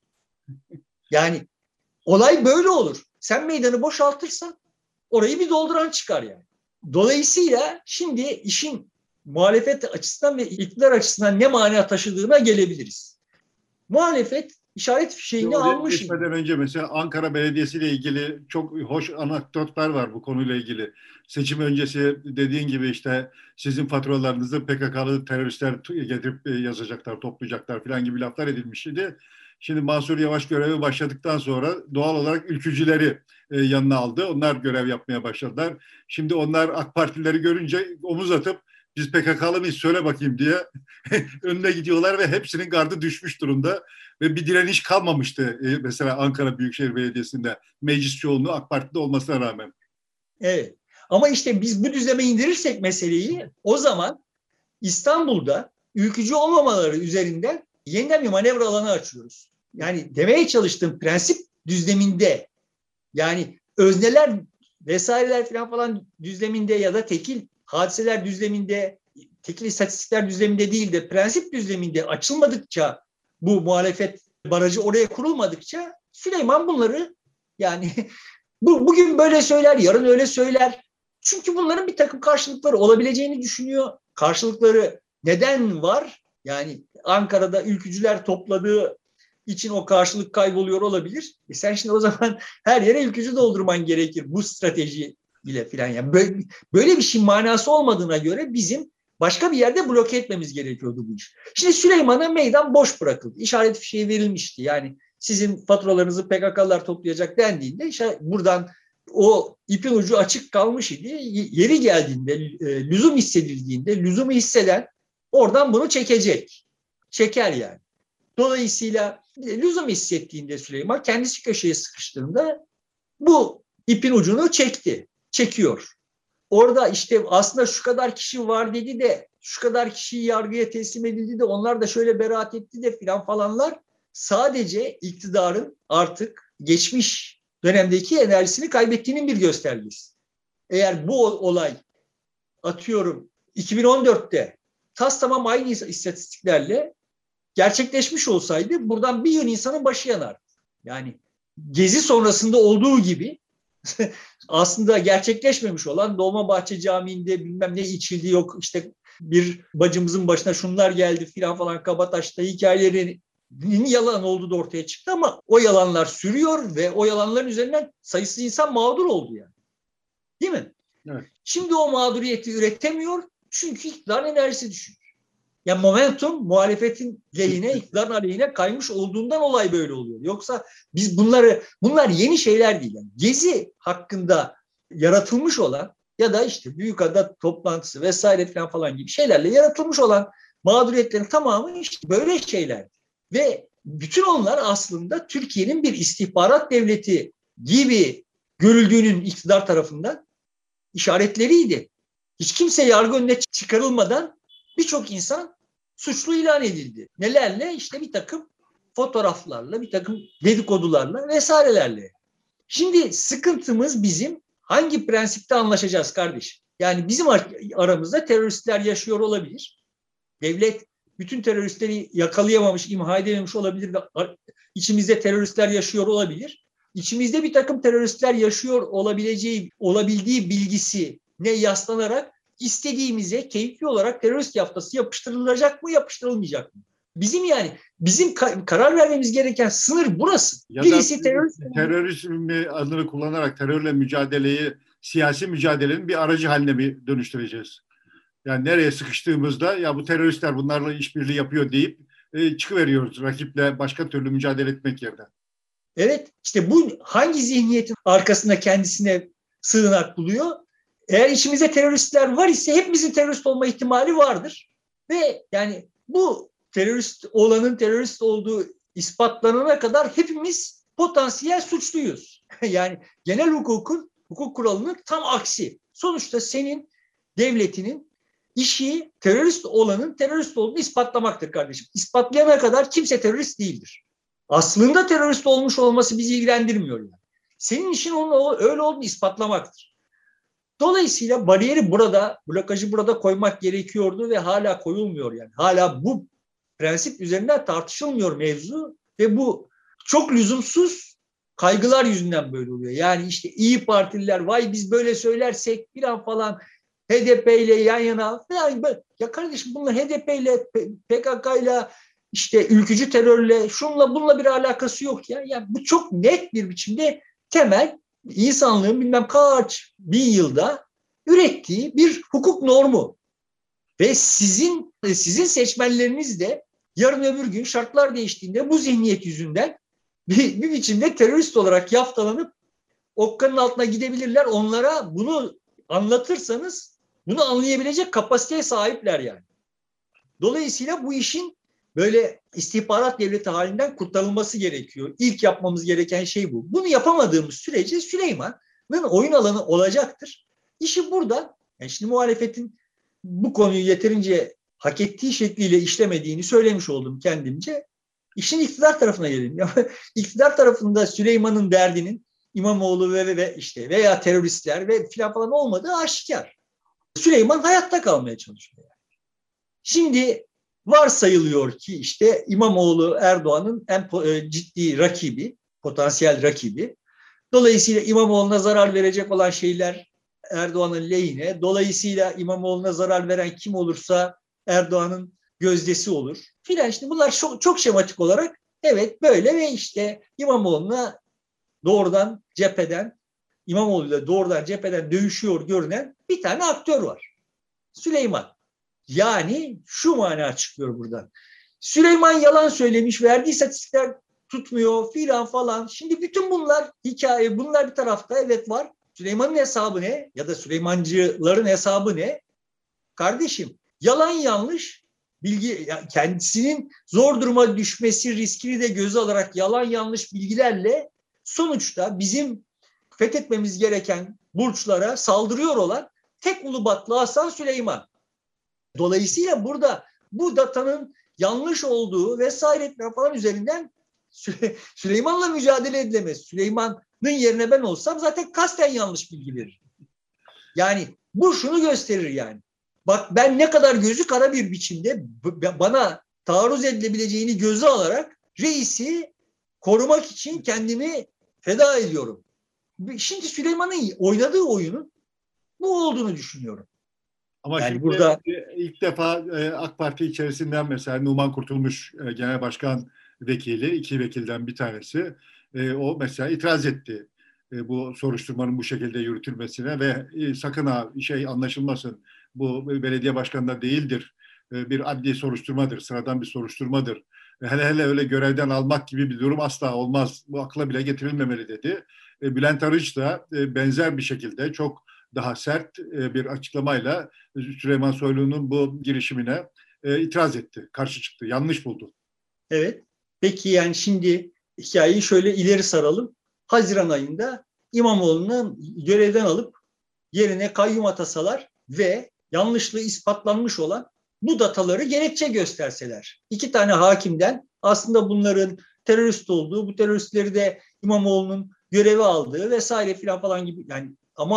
Yani olay böyle olur. Sen meydanı boşaltırsan orayı bir dolduran çıkar yani. Dolayısıyla şimdi işin muhalefet açısından ve iktidar açısından ne mana taşıdığına gelebiliriz. Muhalefet işaret fişeğini Oraya almış idi. geçmeden önce mesela Ankara Belediyesi ile ilgili çok hoş anekdotlar var bu konuyla ilgili. Seçim öncesi dediğin gibi işte sizin faturalarınızı PKK'lı teröristler getirip yazacaklar, toplayacaklar falan gibi laflar edilmiş idi. Şimdi Mansur Yavaş görevi başladıktan sonra doğal olarak ülkücüleri yanına aldı. Onlar görev yapmaya başladılar. Şimdi onlar AK Partilileri görünce omuz atıp biz PKK'lı mıyız söyle bakayım diye önüne gidiyorlar ve hepsinin gardı düşmüş durumda. Ve bir direniş kalmamıştı mesela Ankara Büyükşehir Belediyesi'nde meclis çoğunluğu AK Parti'de olmasına rağmen. Evet. Ama işte biz bu düzleme indirirsek meseleyi o zaman İstanbul'da ülkücü olmamaları üzerinden yeniden bir manevra alanı açıyoruz. Yani demeye çalıştığım prensip düzleminde yani özneler vesaireler falan düzleminde ya da tekil hadiseler düzleminde, tekil istatistikler düzleminde değil de prensip düzleminde açılmadıkça bu muhalefet barajı oraya kurulmadıkça Süleyman bunları yani bugün böyle söyler, yarın öyle söyler. Çünkü bunların bir takım karşılıkları olabileceğini düşünüyor. Karşılıkları neden var? Yani Ankara'da ülkücüler topladığı için o karşılık kayboluyor olabilir. Sen şimdi o zaman her yere ülkücü doldurman gerekir bu strateji ile filan. Yani böyle bir şey manası olmadığına göre bizim başka bir yerde bloke etmemiz gerekiyordu bu iş. Şimdi Süleyman'a meydan boş bırakıldı. İşaret fişeği verilmişti. Yani sizin faturalarınızı PKK'lar toplayacak dendiğinde işte buradan o ipin ucu açık kalmış idi. Yeri geldiğinde, lüzum hissedildiğinde, lüzumu hisseden oradan bunu çekecek. Çeker yani. Dolayısıyla lüzum hissettiğinde Süleyman kendisi köşeye sıkıştığında bu ipin ucunu çekti. Çekiyor. Orada işte aslında şu kadar kişi var dedi de şu kadar kişiyi yargıya teslim edildi de onlar da şöyle beraat etti de filan falanlar sadece iktidarın artık geçmiş dönemdeki enerjisini kaybettiğinin bir göstergesi. Eğer bu olay atıyorum 2014'te tas tamam aynı istatistiklerle gerçekleşmiş olsaydı buradan bir yığın insanın başı yanar. Yani Gezi sonrasında olduğu gibi aslında gerçekleşmemiş olan Dolmabahçe Camii'nde bilmem ne içildi yok işte bir bacımızın başına şunlar geldi filan falan Kabataş'ta hikayelerinin yalan olduğu da ortaya çıktı ama o yalanlar sürüyor ve o yalanların üzerinden sayısız insan mağdur oldu yani. Değil mi? Evet. Şimdi o mağduriyeti üretemiyor çünkü iktidarın enerjisi düşüyor. Yani momentum muhalefetin lehine, iktidarın aleyhine kaymış olduğundan olay böyle oluyor. Yoksa biz bunlar yeni şeyler değil. Yani Gezi hakkında yaratılmış olan ya da işte Büyükada toplantısı vesaire falan gibi şeylerle yaratılmış olan mağduriyetlerin tamamı işte böyle şeyler. Ve bütün onlar aslında Türkiye'nin bir istihbarat devleti gibi görüldüğünün iktidar tarafından işaretleriydi. Hiç kimse yargı önüne çıkarılmadan birçok insan suçlu ilan edildi. Nelerle? İşte bir takım fotoğraflarla, bir takım dedikodularla vesairelerle. Şimdi sıkıntımız bizim hangi prensipte anlaşacağız kardeşim? Yani bizim aramızda teröristler yaşıyor olabilir. Devlet bütün teröristleri yakalayamamış, imha edememiş olabilir ve içimizde teröristler yaşıyor olabilir. İçimizde bir takım teröristler yaşıyor olabildiği bilgisi ne yaslanarak istediğimize keyifli olarak terörist yaftası yapıştırılacak mı, yapıştırılmayacak mı? Bizim karar vermemiz gereken sınır burası. Ya Birisi da terörizmi adını kullanarak terörle mücadeleyi siyasi mücadelenin bir aracı haline mi dönüştüreceğiz? Yani nereye sıkıştığımızda ya bu teröristler bunlarla işbirliği yapıyor deyip çıkıveriyoruz rakiple başka türlü mücadele etmek yerine. Evet, işte bu hangi zihniyetin arkasında kendisine sığınak buluyor? Eğer içimizde teröristler var ise hepimizin terörist olma ihtimali vardır. Ve yani bu olanın terörist olduğu ispatlanana kadar hepimiz potansiyel suçluyuz. Yani genel hukuk kuralının tam aksi. Sonuçta senin devletinin işi terörist olanın terörist olduğunu ispatlamaktır kardeşim. İspatlayana kadar kimse terörist değildir. Aslında terörist olmuş olması bizi ilgilendirmiyor yani. Senin işin onun öyle olduğunu ispatlamaktır. Dolayısıyla bariyeri burada, blokajı burada koymak gerekiyordu ve hala koyulmuyor yani. Hala bu prensip üzerinden tartışılmıyor mevzu ve bu çok lüzumsuz kaygılar yüzünden böyle oluyor. Yani işte İyi Partililer vay biz böyle söylersek falan HDP ile yan yana falan. Ya kardeşim bunlar HDP ile PKK ile işte ülkücü terörle şunla bununla bir alakası yok ya. Ya bu çok net bir biçimde temel insanlığın bilmem kaç bin yılda ürettiği bir hukuk normu. Ve sizin seçmenleriniz de yarın öbür gün şartlar değiştiğinde bu zihniyet yüzünden bir biçimde terörist olarak yaftalanıp okkanın altına gidebilirler. Onlara bunu anlatırsanız bunu anlayabilecek kapasiteye sahipler yani. Dolayısıyla bu işin böyle istihbarat devleti halinden kurtarılması gerekiyor. İlk yapmamız gereken şey bu. Bunu yapamadığımız sürece Süleyman'ın oyun alanı olacaktır. İşi burada. Yani şimdi muhalefetin bu konuyu yeterince hak ettiği şekliyle işlemediğini söylemiş oldum kendimce. İşin iktidar tarafına gelelim. İktidar tarafında Süleyman'ın derdinin İmamoğlu ve işte veya teröristler ve falan olmadığı aşikar. Süleyman hayatta kalmaya çalışıyor. Şimdi varsayılıyor ki işte İmamoğlu Erdoğan'ın en ciddi rakibi, potansiyel rakibi. Dolayısıyla İmamoğlu'na zarar verecek olan şeyler Erdoğan'ın lehine. Dolayısıyla İmamoğlu'na zarar veren kim olursa Erdoğan'ın gözdesi olur filan. Şimdi bunlar çok şematik olarak evet böyle ve işte İmamoğlu'na doğrudan cepheden, İmamoğlu'yla doğrudan cepheden dövüşüyor görünen bir tane aktör var. Süleyman. Yani şu mana çıkıyor buradan. Süleyman yalan söylemiş, verdiği istatistikler tutmuyor falan. Şimdi bütün bunlar hikaye, bunlar bir tarafta evet var. Süleyman'ın hesabı ne? Ya da Süleymancıların hesabı ne? Kardeşim yalan yanlış bilgi, kendisinin zor duruma düşmesi riskini de göze alarak yalan yanlış bilgilerle sonuçta bizim fethetmemiz gereken burçlara saldırıyor olan tek ulubatlı Hasan Süleyman. Dolayısıyla burada bu datanın yanlış olduğu vesaire falan üzerinden Süleyman'la mücadele edilemez. Süleyman'ın yerine ben olsam zaten kasten yanlış bilgi veririm. Yani bu şunu gösterir yani. Bak ben ne kadar gözü kara bir biçimde bana taarruz edilebileceğini göze alarak reisi korumak için kendimi feda ediyorum. Şimdi Süleyman'ın oynadığı oyunun bu olduğunu düşünüyorum. Ama yani şimdi burada ilk defa AK Parti içerisinden mesela Numan Kurtulmuş Genel Başkan Vekili, iki vekilden bir tanesi o mesela itiraz etti bu soruşturmanın bu şekilde yürütülmesine ve sakın ha anlaşılmasın bu belediye başkanı değildir. Bir adli soruşturmadır, sıradan bir soruşturmadır. Hele hele öyle görevden almak gibi bir durum asla olmaz. Bu akla bile getirilmemeli dedi. Bülent Arınç da benzer bir şekilde çok daha sert bir açıklamayla Süleyman Soylu'nun bu girişimine itiraz etti, karşı çıktı, yanlış buldu. Evet. Peki yani şimdi hikayeyi şöyle ileri saralım. Haziran ayında İmamoğlu'nu görevden alıp yerine kayyum atasalar ve yanlışlığı ispatlanmış olan bu dataları gerekçe gösterseler. 2 tane hakimden aslında bunların terörist olduğu, bu teröristleri de İmamoğlu'nun görevi aldığı vesaire falan gibi yani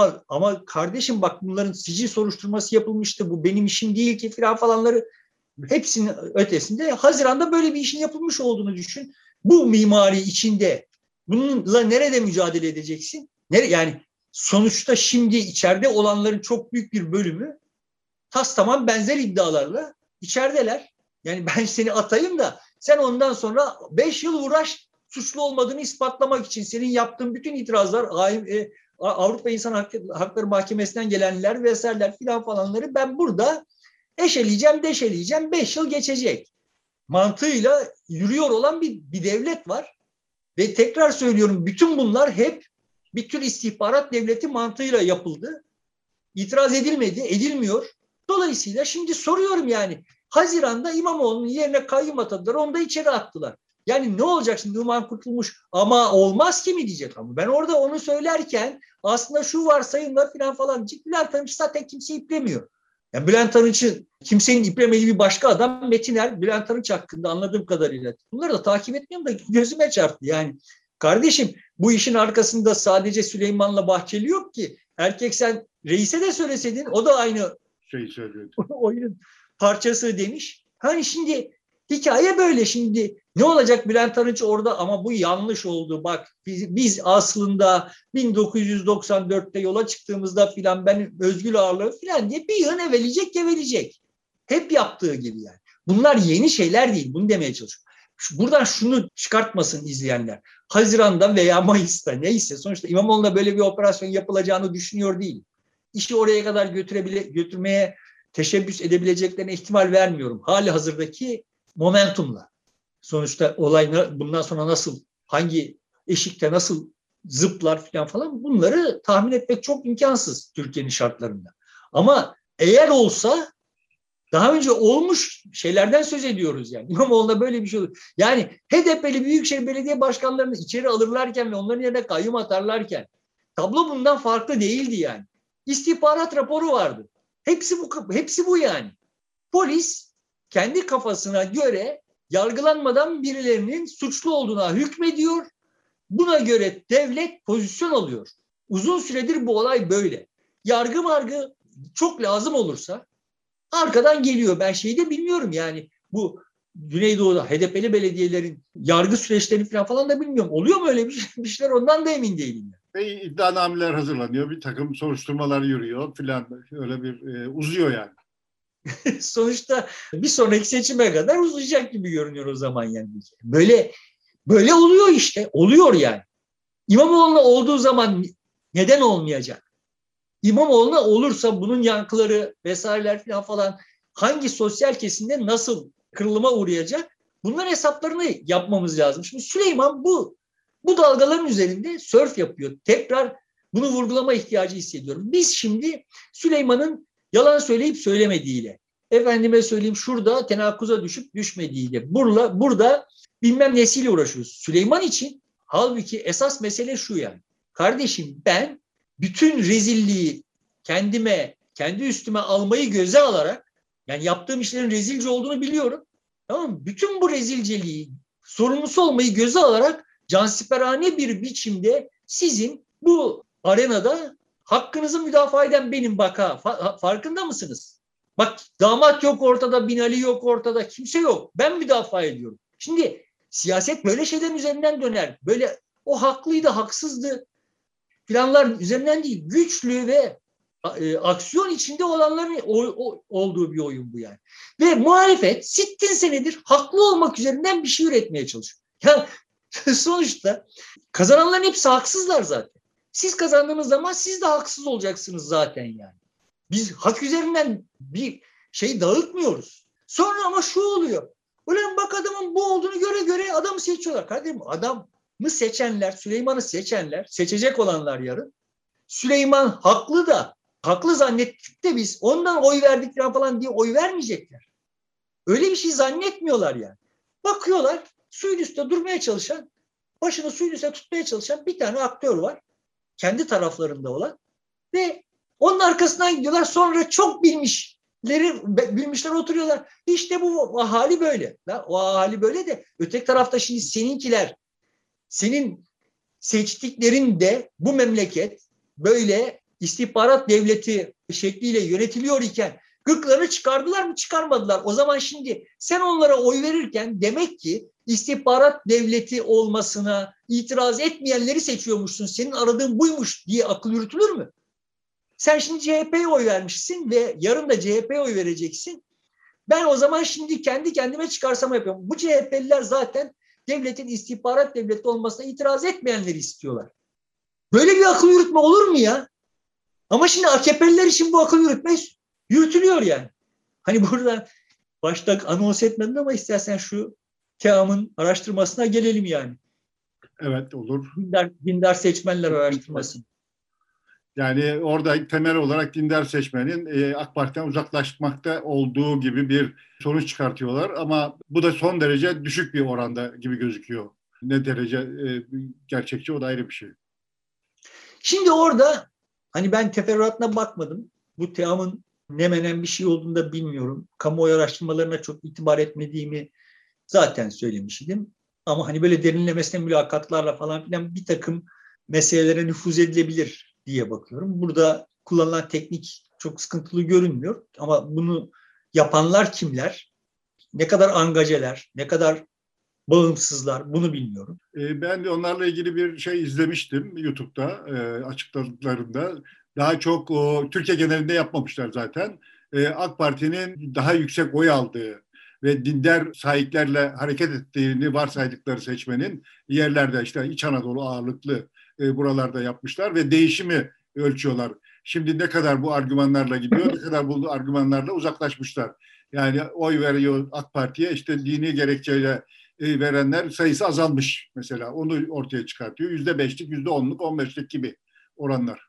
ama kardeşim bak bunların sicil soruşturması yapılmıştı. Bu benim işim değil ki falanları hepsinin ötesinde Haziran'da böyle bir işin yapılmış olduğunu düşün. Bu mimari içinde bununla nerede mücadele edeceksin? Yani sonuçta şimdi içeride olanların çok büyük bir bölümü tamam benzer iddialarla içerideler. Yani ben seni atayım da sen ondan sonra 5 yıl uğraş suçlu olmadığını ispatlamak için senin yaptığın bütün itirazlar Avrupa İnsan Hakları Mahkemesi'nden gelenler vesaireler falanları ben burada eşeleyeceğim, deşeleyeceğim, 5 yıl geçecek. Mantığıyla yürüyor olan bir devlet var. Ve tekrar söylüyorum bütün bunlar hep bir tür istihbarat devleti mantığıyla yapıldı. İtiraz edilmedi, edilmiyor. Dolayısıyla şimdi soruyorum yani Haziran'da İmamoğlu'nun yerine kayyum atadılar, onu da içeri attılar. Yani ne olacak şimdi Numan Kurtulmuş ama olmaz ki mi diyecek ama ben orada onu söylerken aslında şu varsayımlar falan diyecek. Bülent Arınç zaten kimseyi iplemiyor. Yani Bülent Arınç'ın kimsenin iplemediği bir başka adam Metiner, Bülent Arınç hakkında anladığım kadarıyla. Bunları da takip etmiyorum da gözüme çarptı. Yani kardeşim bu işin arkasında sadece Süleyman'la Bahçeli yok ki. Erkek sen reise de söyleseydin o da aynı söylüyordu. oyunun parçası demiş. Hani şimdi Hikaye böyle. Şimdi ne olacak Bülent Arınç orada ama bu yanlış oldu. Bak biz aslında 1994'te yola çıktığımızda filan ben özgür ağırlığı filan diye bir yığın evelecek gevelecek. Hep yaptığı gibi yani. Bunlar yeni şeyler değil. Bunu demeye çalışıyorum. Buradan şunu çıkartmasın izleyenler. Haziran'da veya Mayıs'ta neyse sonuçta İmamoğlu'na böyle bir operasyon yapılacağını düşünüyor değil. İşi oraya kadar götürmeye teşebbüs edebileceklerine ihtimal vermiyorum. Hali hazırdaki momentumla. Sonuçta olay bundan sonra nasıl, hangi eşikte nasıl zıplar falan bunları tahmin etmek çok imkansız Türkiye'nin şartlarında. Ama eğer olsa daha önce olmuş şeylerden söz ediyoruz yani. İmamoğlu'nda böyle bir şey olur. Yani HDP'li Büyükşehir Belediye Başkanlarını içeri alırlarken ve onların yerine kayyum atarlarken tablo bundan farklı değildi yani. İstihbarat raporu vardı. Hepsi bu yani. Polis kendi kafasına göre yargılanmadan birilerinin suçlu olduğuna hükmediyor. Buna göre devlet pozisyon alıyor. Uzun süredir bu olay böyle. Yargı çok lazım olursa arkadan geliyor. Ben şeyi de bilmiyorum yani bu Güneydoğu'da HDP'li belediyelerin yargı süreçlerini falan da bilmiyorum. Oluyor mu öyle bir şeyler ondan da emin değilim. Ve iddianameler hazırlanıyor. Bir takım soruşturmalar yürüyor filan. Öyle bir uzuyor yani. Sonuçta bir sonraki seçime kadar uzayacak gibi görünüyor o zaman yani. Böyle oluyor işte. Oluyor yani. İmamoğlu'na olduğu zaman neden olmayacak? İmamoğlu'na olursa bunun yankıları vesaireler falan hangi sosyal kesimde nasıl kırılıma uğrayacak? Bunların hesaplarını yapmamız lazım. Şimdi Süleyman bu dalgaların üzerinde sörf yapıyor. Tekrar bunu vurgulama ihtiyacı hissediyorum. Biz şimdi Süleyman'ın yalan söyleyip söylemediğiyle, efendime söyleyeyim şurada tenakkuza düşüp düşmediğiyle, burada bilmem nesiyle uğraşıyoruz. Süleyman için halbuki esas mesele şu yani. Kardeşim ben bütün rezilliği kendi üstüme almayı göze alarak yani yaptığım işlerin rezilce olduğunu biliyorum. Tamam mı? Bütün bu rezilceliği sorumlusu olmayı göze alarak cansiperane bir biçimde sizin bu arenada hakkınızı müdafaa eden benim farkında mısınız? Bak damat yok ortada, Binali yok ortada, kimse yok. Ben müdafaa ediyorum. Şimdi siyaset böyle şeylerin üzerinden döner. Böyle o haklıydı, haksızdı planlar üzerinden değil, güçlü ve aksiyon içinde olanların olduğu bir oyun bu yani. Ve muhalefet sittin senedir haklı olmak üzerinden bir şey üretmeye çalışıyor. Yani sonuçta kazananların hepsi haksızlar zaten. Siz kazandığınız zaman siz de haksız olacaksınız zaten yani. Biz hak üzerinden bir şey dağıtmıyoruz. Sonra ama şu oluyor. Ulan bak adamın bu olduğunu göre adamı seçiyorlar. Kardeşim adamı seçenler, Süleyman'ı seçenler, seçecek olanlar yarın. Süleyman haklı zannettik de biz ondan oy verdik falan diye oy vermeyecekler. Öyle bir şey zannetmiyorlar yani. Bakıyorlar suyun üstünde durmaya çalışan, başını suyun üstünde tutmaya çalışan bir tane aktör var. Kendi taraflarında olan ve onun arkasından gidiyorlar. Sonra çok bilmişler oturuyorlar. İşte bu ahali böyle. O ahali böyle de öteki tarafta şimdi senin seçtiklerin de bu memleket böyle istihbarat devleti şekliyle yönetiliyor iken gıklarını çıkardılar mı çıkarmadılar. O zaman şimdi sen onlara oy verirken demek ki istihbarat devleti olmasına itiraz etmeyenleri seçiyormuşsun. Senin aradığın buymuş diye akıl yürütülür mü? Sen şimdi CHP'ye oy vermişsin ve yarın da CHP'ye oy vereceksin. Ben o zaman şimdi kendi kendime çıkarsama yapıyorum. Bu CHP'liler zaten devletin istihbarat devleti olmasına itiraz etmeyenleri istiyorlar. Böyle bir akıl yürütme olur mu ya? Ama şimdi AKP'liler için bu akıl yürütme yürütülüyor yani. Hani burada başta anons etmedim ama istersen şu TEAM'ın araştırmasına gelelim yani. Evet olur. Dindar seçmenler araştırması. Yani orada temel olarak dindar seçmenin AK Parti'den uzaklaşmakta olduğu gibi bir sonuç çıkartıyorlar. Ama bu da son derece düşük bir oranda gibi gözüküyor. Ne derece gerçekçi o da ayrı bir şey. Şimdi orada hani ben teferruatına bakmadım. Bu TEAM'ın ne menen bir şey olduğunu da bilmiyorum. Kamuoyu araştırmalarına çok itibar etmediğimi zaten söylemiştim. Ama hani böyle derinlemesine mülakatlarla falan filan bir takım meselelere nüfuz edilebilir diye bakıyorum. Burada kullanılan teknik çok sıkıntılı görünmüyor. Ama bunu yapanlar kimler? ne kadar angajeler, ne kadar bağımsızlar bunu bilmiyorum. Ben de onlarla ilgili bir şey izlemiştim YouTube'da açıkladıklarında. Daha çok Türkiye genelinde yapmamışlar zaten. AK Parti'nin daha yüksek oy aldığı ve dindar sahiplerle hareket ettiğini varsaydıkları seçmenin yerlerde işte İç Anadolu ağırlıklı buralarda yapmışlar ve değişimi ölçüyorlar. Şimdi ne kadar bu argümanlarla gidiyor, ne kadar bu argümanlarla uzaklaşmışlar. Yani oy veriyor AK Parti'ye işte dini gerekçeyle verenler sayısı azalmış mesela. Onu ortaya çıkartıyor. %5'lik, %10'luk, 15'lik gibi oranlar.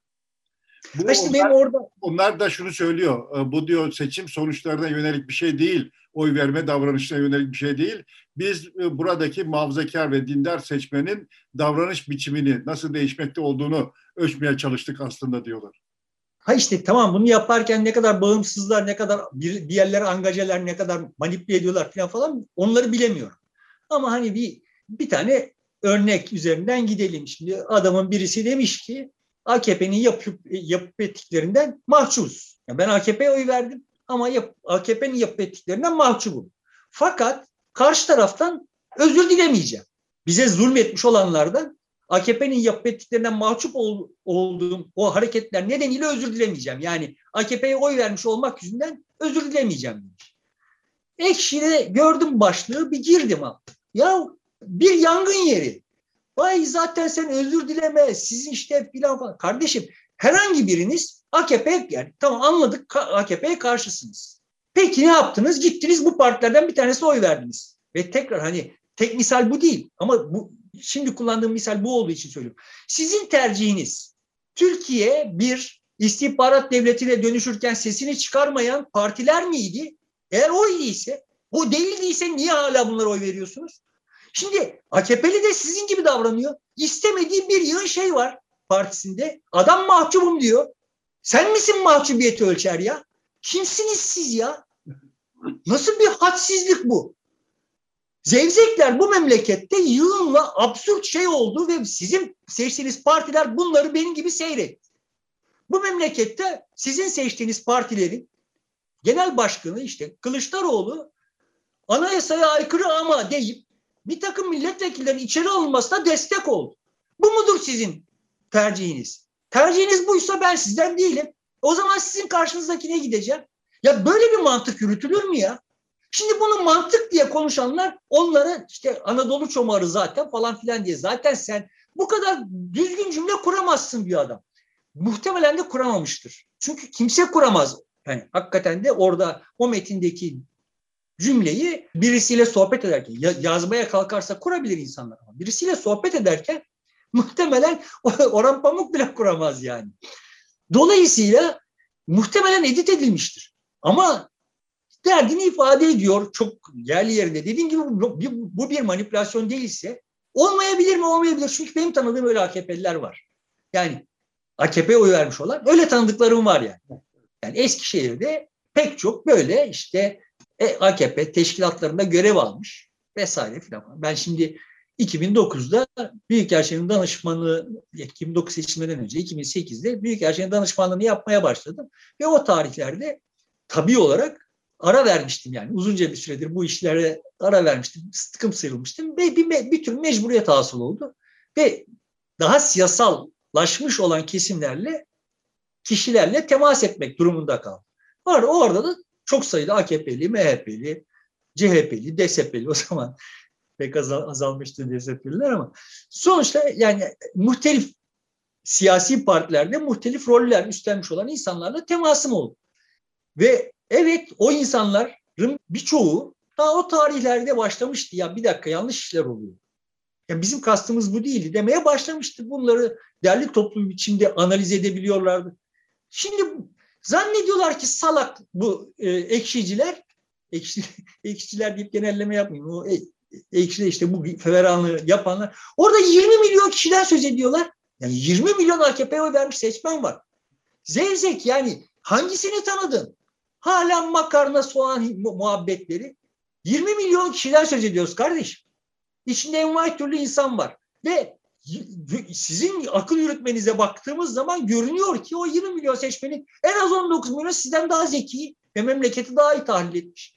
İşte benim orada Onlar da şunu söylüyor. Bu diyor seçim sonuçlarına yönelik bir şey değil. Oy verme davranışına yönelik bir şey değil. Biz buradaki muhafazakar ve dindar seçmenin davranış biçimini nasıl değişmekte olduğunu ölçmeye çalıştık aslında diyorlar. işte tamam bunu yaparken ne kadar bağımsızlar, ne kadar bir yerlere angajeler, ne kadar manipüle ediyorlar falan onları bilemiyorum. Ama hani bir tane örnek üzerinden gidelim. Şimdi adamın birisi demiş ki AKP'nin yapıp ettiklerinden mahcubuz. Yani ben AKP'ye oy verdim ama AKP'nin yapıp ettiklerinden mahcubum. Fakat karşı taraftan özür dilemeyeceğim. Bize zulmetmiş olanlardan AKP'nin yapıp ettiklerinden mahcup olduğum o hareketler nedeniyle özür dilemeyeceğim. Yani AKP'ye oy vermiş olmak yüzünden özür dilemeyeceğim demiş. Ekşi'de gördüm başlığı, bir girdim abi. Ya bir yangın yeri. Vay zaten sen özür dileme, sizin işte filan falan. Kardeşim herhangi biriniz AKP, yani tamam anladık AKP'ye karşısınız. Peki ne yaptınız? Gittiniz bu partilerden bir tanesine oy verdiniz. Ve tekrar hani tek misal bu değil ama bu şimdi kullandığım misal bu olduğu için söylüyorum. Sizin tercihiniz Türkiye bir istihbarat devletine dönüşürken sesini çıkarmayan partiler miydi? Eğer o iyiyse, o değildiyse niye hala bunlara oy veriyorsunuz? Şimdi AKP'li de sizin gibi davranıyor. İstemediği bir yığın şey var partisinde. Adam mahcubum diyor. Sen misin mahcubiyeti ölçer ya? Kimsiniz siz ya? Nasıl bir hadsizlik bu? Zevzekler bu memlekette yığınla absürt şey oldu ve sizin seçtiğiniz partiler bunları benim gibi seyretti. Bu memlekette sizin seçtiğiniz partilerin genel başkanı işte Kılıçdaroğlu anayasaya aykırı ama deyip bir takım milletvekillerinin içeri alınmasına destek oldu. Bu mudur sizin tercihiniz? Tercihiniz buysa ben sizden değilim. O zaman sizin karşınızdakine gideceğim. Ya böyle bir mantık yürütülür mü ya? Şimdi bunu mantık diye konuşanlar onlara işte Anadolu çomarı zaten falan filan diye. Zaten sen bu kadar düzgün cümle kuramazsın bir adam. Muhtemelen de kuramamıştır. Çünkü kimse kuramaz. Yani hakikaten de orada o metindeki cümleyi birisiyle sohbet ederken yazmaya kalkarsa kurabilir insanlar. Ama birisiyle sohbet ederken muhtemelen Orhan Pamuk bile kuramaz yani. Dolayısıyla muhtemelen edit edilmiştir. Ama derdini ifade ediyor çok yerli yerinde. Dediğim gibi bu bir manipülasyon değilse olmayabilir mi? Olmayabilir. Çünkü benim tanıdığım öyle AKP'liler var. Yani AKP'ye oy vermiş olan öyle tanıdıklarım var yani. Yani Eskişehir'de pek çok böyle işte AKP teşkilatlarında görev almış vesaire filan. Ben şimdi 2009'da Büyükelçinin danışmanlığı 2009 seçimlerinden önce 2008'de Büyükelçinin danışmanlığını yapmaya başladım. Ve o tarihlerde tabii olarak ara vermiştim yani. Uzunca bir süredir bu işlere ara vermiştim. Sıkım sıyrılmıştım. Ve bir tür mecburiyet hasıl oldu. Ve daha siyasallaşmış olan kişilerle temas etmek durumunda kaldım. Orada da çok sayıda AKP'li, MHP'li, CHP'li, DSP'li o zaman pek azalmıştı DSP'liler ama sonuçta yani muhtelif siyasi partilerde muhtelif roller üstlenmiş olan insanlarla temasım oldu. Ve evet o insanların birçoğu daha o tarihlerde başlamıştı. Ya bir dakika yanlış işler oluyor. Ya bizim kastımız bu değildi demeye başlamıştı. Bunları derli toplu biçimde analiz edebiliyorlardı. Şimdi zannediyorlar ki salak bu ekşiciler, ekşiciler deyip genelleme yapmayayım. O ekşide işte bu feveranlığı yapanlar. Orada 20 milyon kişiden söz ediyorlar. Yani 20 milyon AKP'ye oy vermiş seçmen var. Zevzek yani hangisini tanıdın? Hala makarna, soğan muhabbetleri. 20 milyon kişiden söz ediyoruz kardeşim. İçinde envai türlü insan var. Ve sizin akıl yürütmenize baktığımız zaman görünüyor ki o 20 milyon seçmenin en az 19 milyon sizden daha zeki ve memleketi daha iyi tahlil etmiş.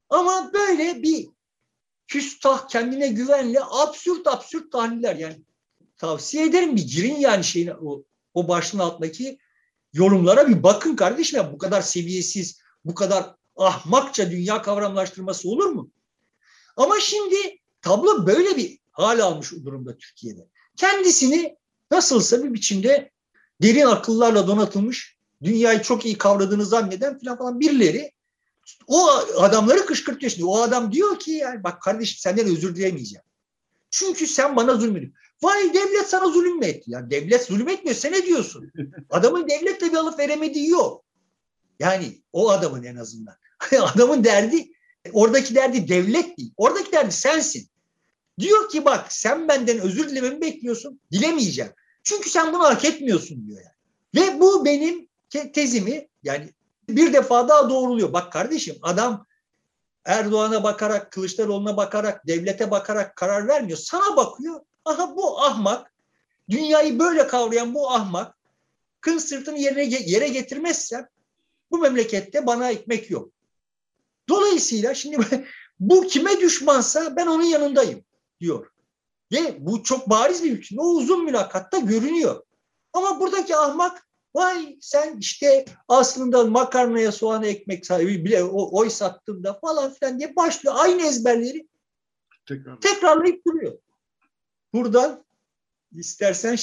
Ama böyle bir küstah, kendine güvenle absürt tahliller. Yani tavsiye ederim, bir girin yani şeyine, o başlığın altındaki yorumlara bir bakın kardeşim. Ya bu kadar seviyesiz, bu kadar ahmakça dünya kavramlaştırması olur mu? Ama şimdi tablo böyle bir hal almış durumda Türkiye'de. Kendisini nasılsa bir biçimde derin akıllarla donatılmış, dünyayı çok iyi kavradığını zanneden falan birileri o adamları kışkırtıyor şimdi. O adam diyor ki yani bak kardeşim, senden özür dilemeyeceğim. Çünkü sen bana zulmediyorsun. Vay, devlet sana zulüm mü etti? Ya devlet zulüm etmiyor. Sen ne diyorsun? Adamın devletle bir alıp veremediği yok. Yani o adamın en azından. Adamın derdi, oradaki derdi devlet değil. Oradaki derdi sensin. Diyor ki bak, sen benden özür dilememi bekliyorsun. Dilemeyeceğim. Çünkü sen bunu hak etmiyorsun diyor yani. Ve bu benim tezimi yani bir defa daha doğruluyor. Bak kardeşim, adam Erdoğan'a bakarak, Kılıçdaroğlu'na bakarak, devlete bakarak karar vermiyor. Sana bakıyor. Aha, bu ahmak, dünyayı böyle kavrayan bu ahmak, kın sırtını yere getirmezsem bu memlekette bana ekmek yok. Dolayısıyla şimdi bu kime düşmansa ben onun yanındayım diyor. Ve bu çok bariz bir biçimde o uzun mülakatta görünüyor. Ama buradaki ahmak, vay sen işte aslında makarnaya soğana ekmek sahibi bile oy sattığımda falan filan diye başlıyor. Aynı ezberleri tekrarlayıp duruyor. Buradan istersen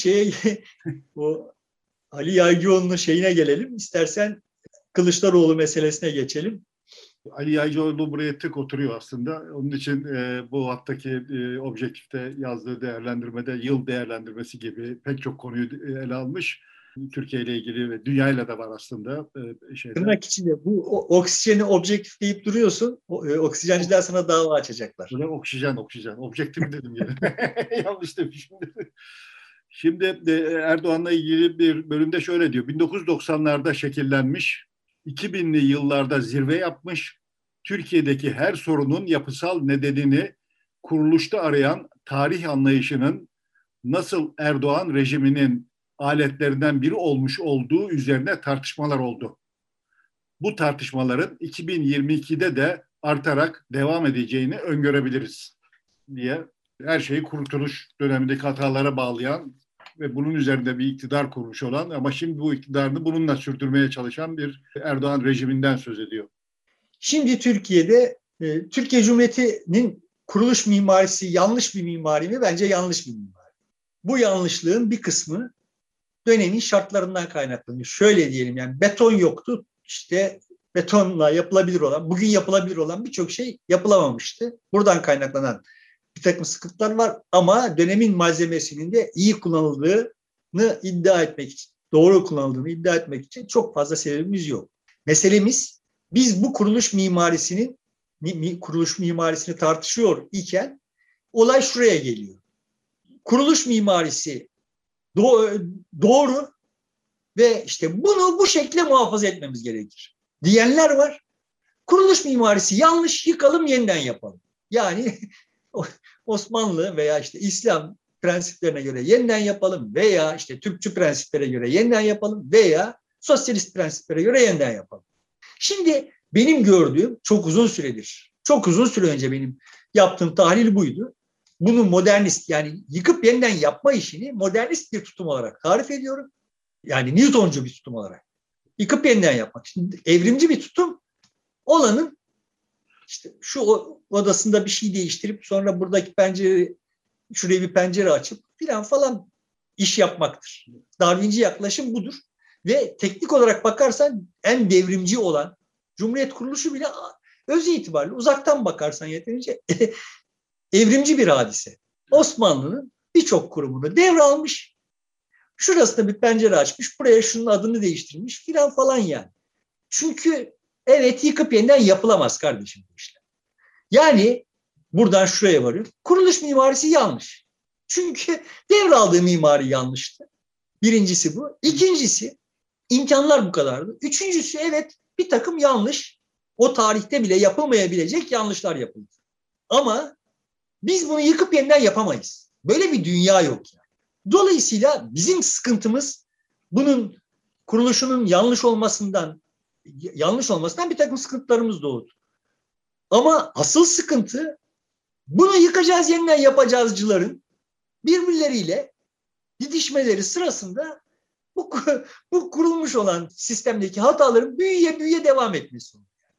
o Ali Yaygıoğlu'nun şeyine gelelim. İstersen Kılıçdaroğlu meselesine geçelim. Ali Yaycıoğlu buraya tık oturuyor aslında. Onun için bu haftaki Objektif'te yazdığı değerlendirmede yıl değerlendirmesi gibi pek çok konuyu ele almış. Türkiye ile ilgili ve dünya ile de var aslında. Tırnak içinde bu oksijeni objektif deyip duruyorsun. Oksijenciler sana dava açacaklar. Böyle oksijen. Objektif dedim yine. Yanlış demişim. Şimdi Erdoğan'la ilgili bir bölümde şöyle diyor. 1990'larda şekillenmiş, 2000'li yıllarda zirve yapmış, Türkiye'deki her sorunun yapısal nedenini kuruluşta arayan tarih anlayışının nasıl Erdoğan rejiminin aletlerinden biri olmuş olduğu üzerine tartışmalar oldu. Bu tartışmaların 2022'de de artarak devam edeceğini öngörebiliriz diye her şeyi kurtuluş dönemindeki hatalara bağlayan ve bunun üzerinde bir iktidar kurmuş olan ama şimdi bu iktidarını bununla sürdürmeye çalışan bir Erdoğan rejiminden söz ediyor. Şimdi Türkiye'de Türkiye Cumhuriyeti'nin kuruluş mimarisi yanlış bir mimari mi? Bence yanlış bir mimari. Bu yanlışlığın bir kısmı dönemin şartlarından kaynaklanıyor. Şöyle diyelim, yani beton yoktu. İşte betonla yapılabilir olan, bugün yapılabilir olan birçok şey yapılamamıştı. Buradan kaynaklanan bir takım sıkıntılar var ama dönemin malzemesinin de iyi kullanıldığını iddia etmek için, doğru kullanıldığını iddia etmek için çok fazla sebebimiz yok. Meselemiz, biz bu kuruluş mimarisini tartışıyor iken olay şuraya geliyor. Kuruluş mimarisi doğru ve işte bunu bu şekilde muhafaza etmemiz gerekir diyenler var. Kuruluş mimarisi yanlış, yıkalım yeniden yapalım. Yani Osmanlı veya işte İslam prensiplerine göre yeniden yapalım veya işte Türkçü prensiplere göre yeniden yapalım veya sosyalist prensiplere göre yeniden yapalım. Şimdi benim gördüğüm çok uzun süre önce benim yaptığım tahlil buydu. Bunu modernist, yani yıkıp yeniden yapma işini modernist bir tutum olarak tarif ediyorum. Yani Newtoncu bir tutum olarak. Yıkıp yeniden yapmak. Şimdi evrimci bir tutum olanın işte şu odasında bir şey değiştirip sonra buradaki şuraya bir pencere açıp falan iş yapmaktır. Darwinci yaklaşım budur. Ve teknik olarak bakarsan en devrimci olan Cumhuriyet kuruluşu bile öz itibariyle uzaktan bakarsan yeterince evrimci bir hadise. Osmanlı'nın birçok kurumunu devralmış. Şurasında bir pencere açmış. Buraya şunun adını değiştirmiş falan yani. Çünkü evet, yıkıp yeniden yapılamaz kardeşim bu işler. Yani buradan şuraya varıyor. Kuruluş mimarisi yanlış. Çünkü devraldığı mimari yanlıştı. Birincisi bu. İkincisi, imkanlar bu kadardı. Üçüncüsü, evet, bir takım yanlış, o tarihte bile yapılmayabilecek yanlışlar yapıldı. Ama biz bunu yıkıp yeniden yapamayız. Böyle bir dünya yok yani. Dolayısıyla bizim sıkıntımız bunun kuruluşunun yanlış olmasından bir takım sıkıntılarımız doğdu. Ama asıl sıkıntı bunu yıkacağız, yeniden yapacağızcıların birbirleriyle didişmeleri sırasında bu, bu kurulmuş olan sistemdeki hataların büyüye büyüye devam etmesi.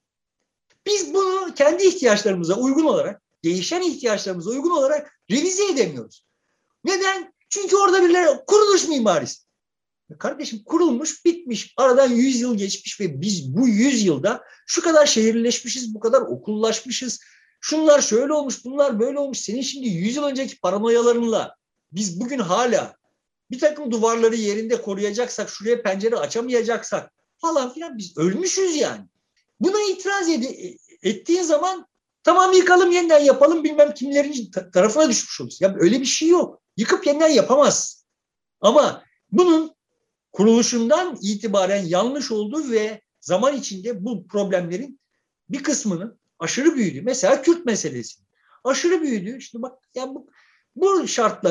Biz bunu kendi ihtiyaçlarımıza uygun olarak, değişen ihtiyaçlarımıza uygun olarak revize edemiyoruz. Neden? Çünkü orada birileri kuruluş mimarisi. Kardeşim kurulmuş, bitmiş. Aradan 100 yıl geçmiş ve biz bu 100 yılda şu kadar şehirleşmişiz, bu kadar okullaşmışız. Şunlar şöyle olmuş, bunlar böyle olmuş. Senin şimdi 100 yıl önceki paranoyalarınla biz bugün hala bir takım duvarları yerinde koruyacaksak, şuraya pencere açamayacaksak falan filan biz ölmüşüz yani. Buna itiraz ettiğin zaman tamam yıkalım, yeniden yapalım, bilmem kimlerin tarafına düşmüş oluruz. Ya öyle bir şey yok. Yıkıp yeniden yapamazsın. Ama bunun kuruluşundan itibaren yanlış olduğu ve zaman içinde bu problemlerin bir kısmının aşırı büyüdü. Mesela Kürt meselesi. Aşırı büyüdü. İşte bak ya bu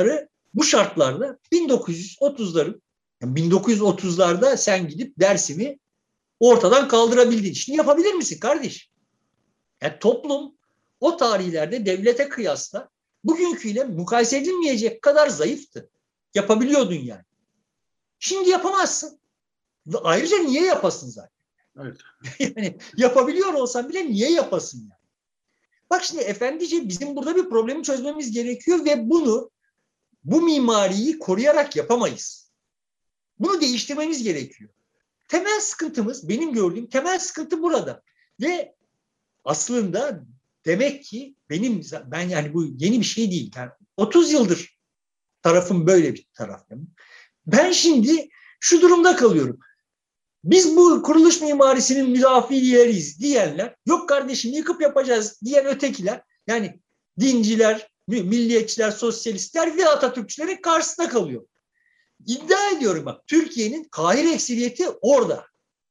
şartlarda 1930'ların, yani 1930'larda sen gidip Dersim'i ortadan kaldırabildin. Şimdi yapabilir misin kardeş? Yani toplum o tarihlerde devlete kıyasla bugünküyle mukayese edilmeyecek kadar zayıftı. Yapabiliyordun yani. Şimdi yapamazsın. Ayrıca niye yapasın zaten? Evet. Yani yapabiliyor olsan bile niye yapasın yani? Bak şimdi efendice bizim burada bir problemi çözmemiz gerekiyor ve bu mimariyi koruyarak yapamayız. Bunu değiştirmemiz gerekiyor. Temel sıkıntımız, benim gördüğüm temel sıkıntı burada. Ve aslında demek ki ben yani bu yeni bir şey değil. Yani 30 yıldır tarafım böyle bir taraf. Ben şimdi şu durumda kalıyorum. Biz bu kuruluş mimarisinin müdafileriyiz diyenler, yok kardeşim yıkıp yapacağız diyen ötekiler, yani dinciler, milliyetçiler, sosyalistler ve Atatürkçülerin karşısında kalıyor. İddia ediyorum bak, Türkiye'nin kahir ekseriyeti orada.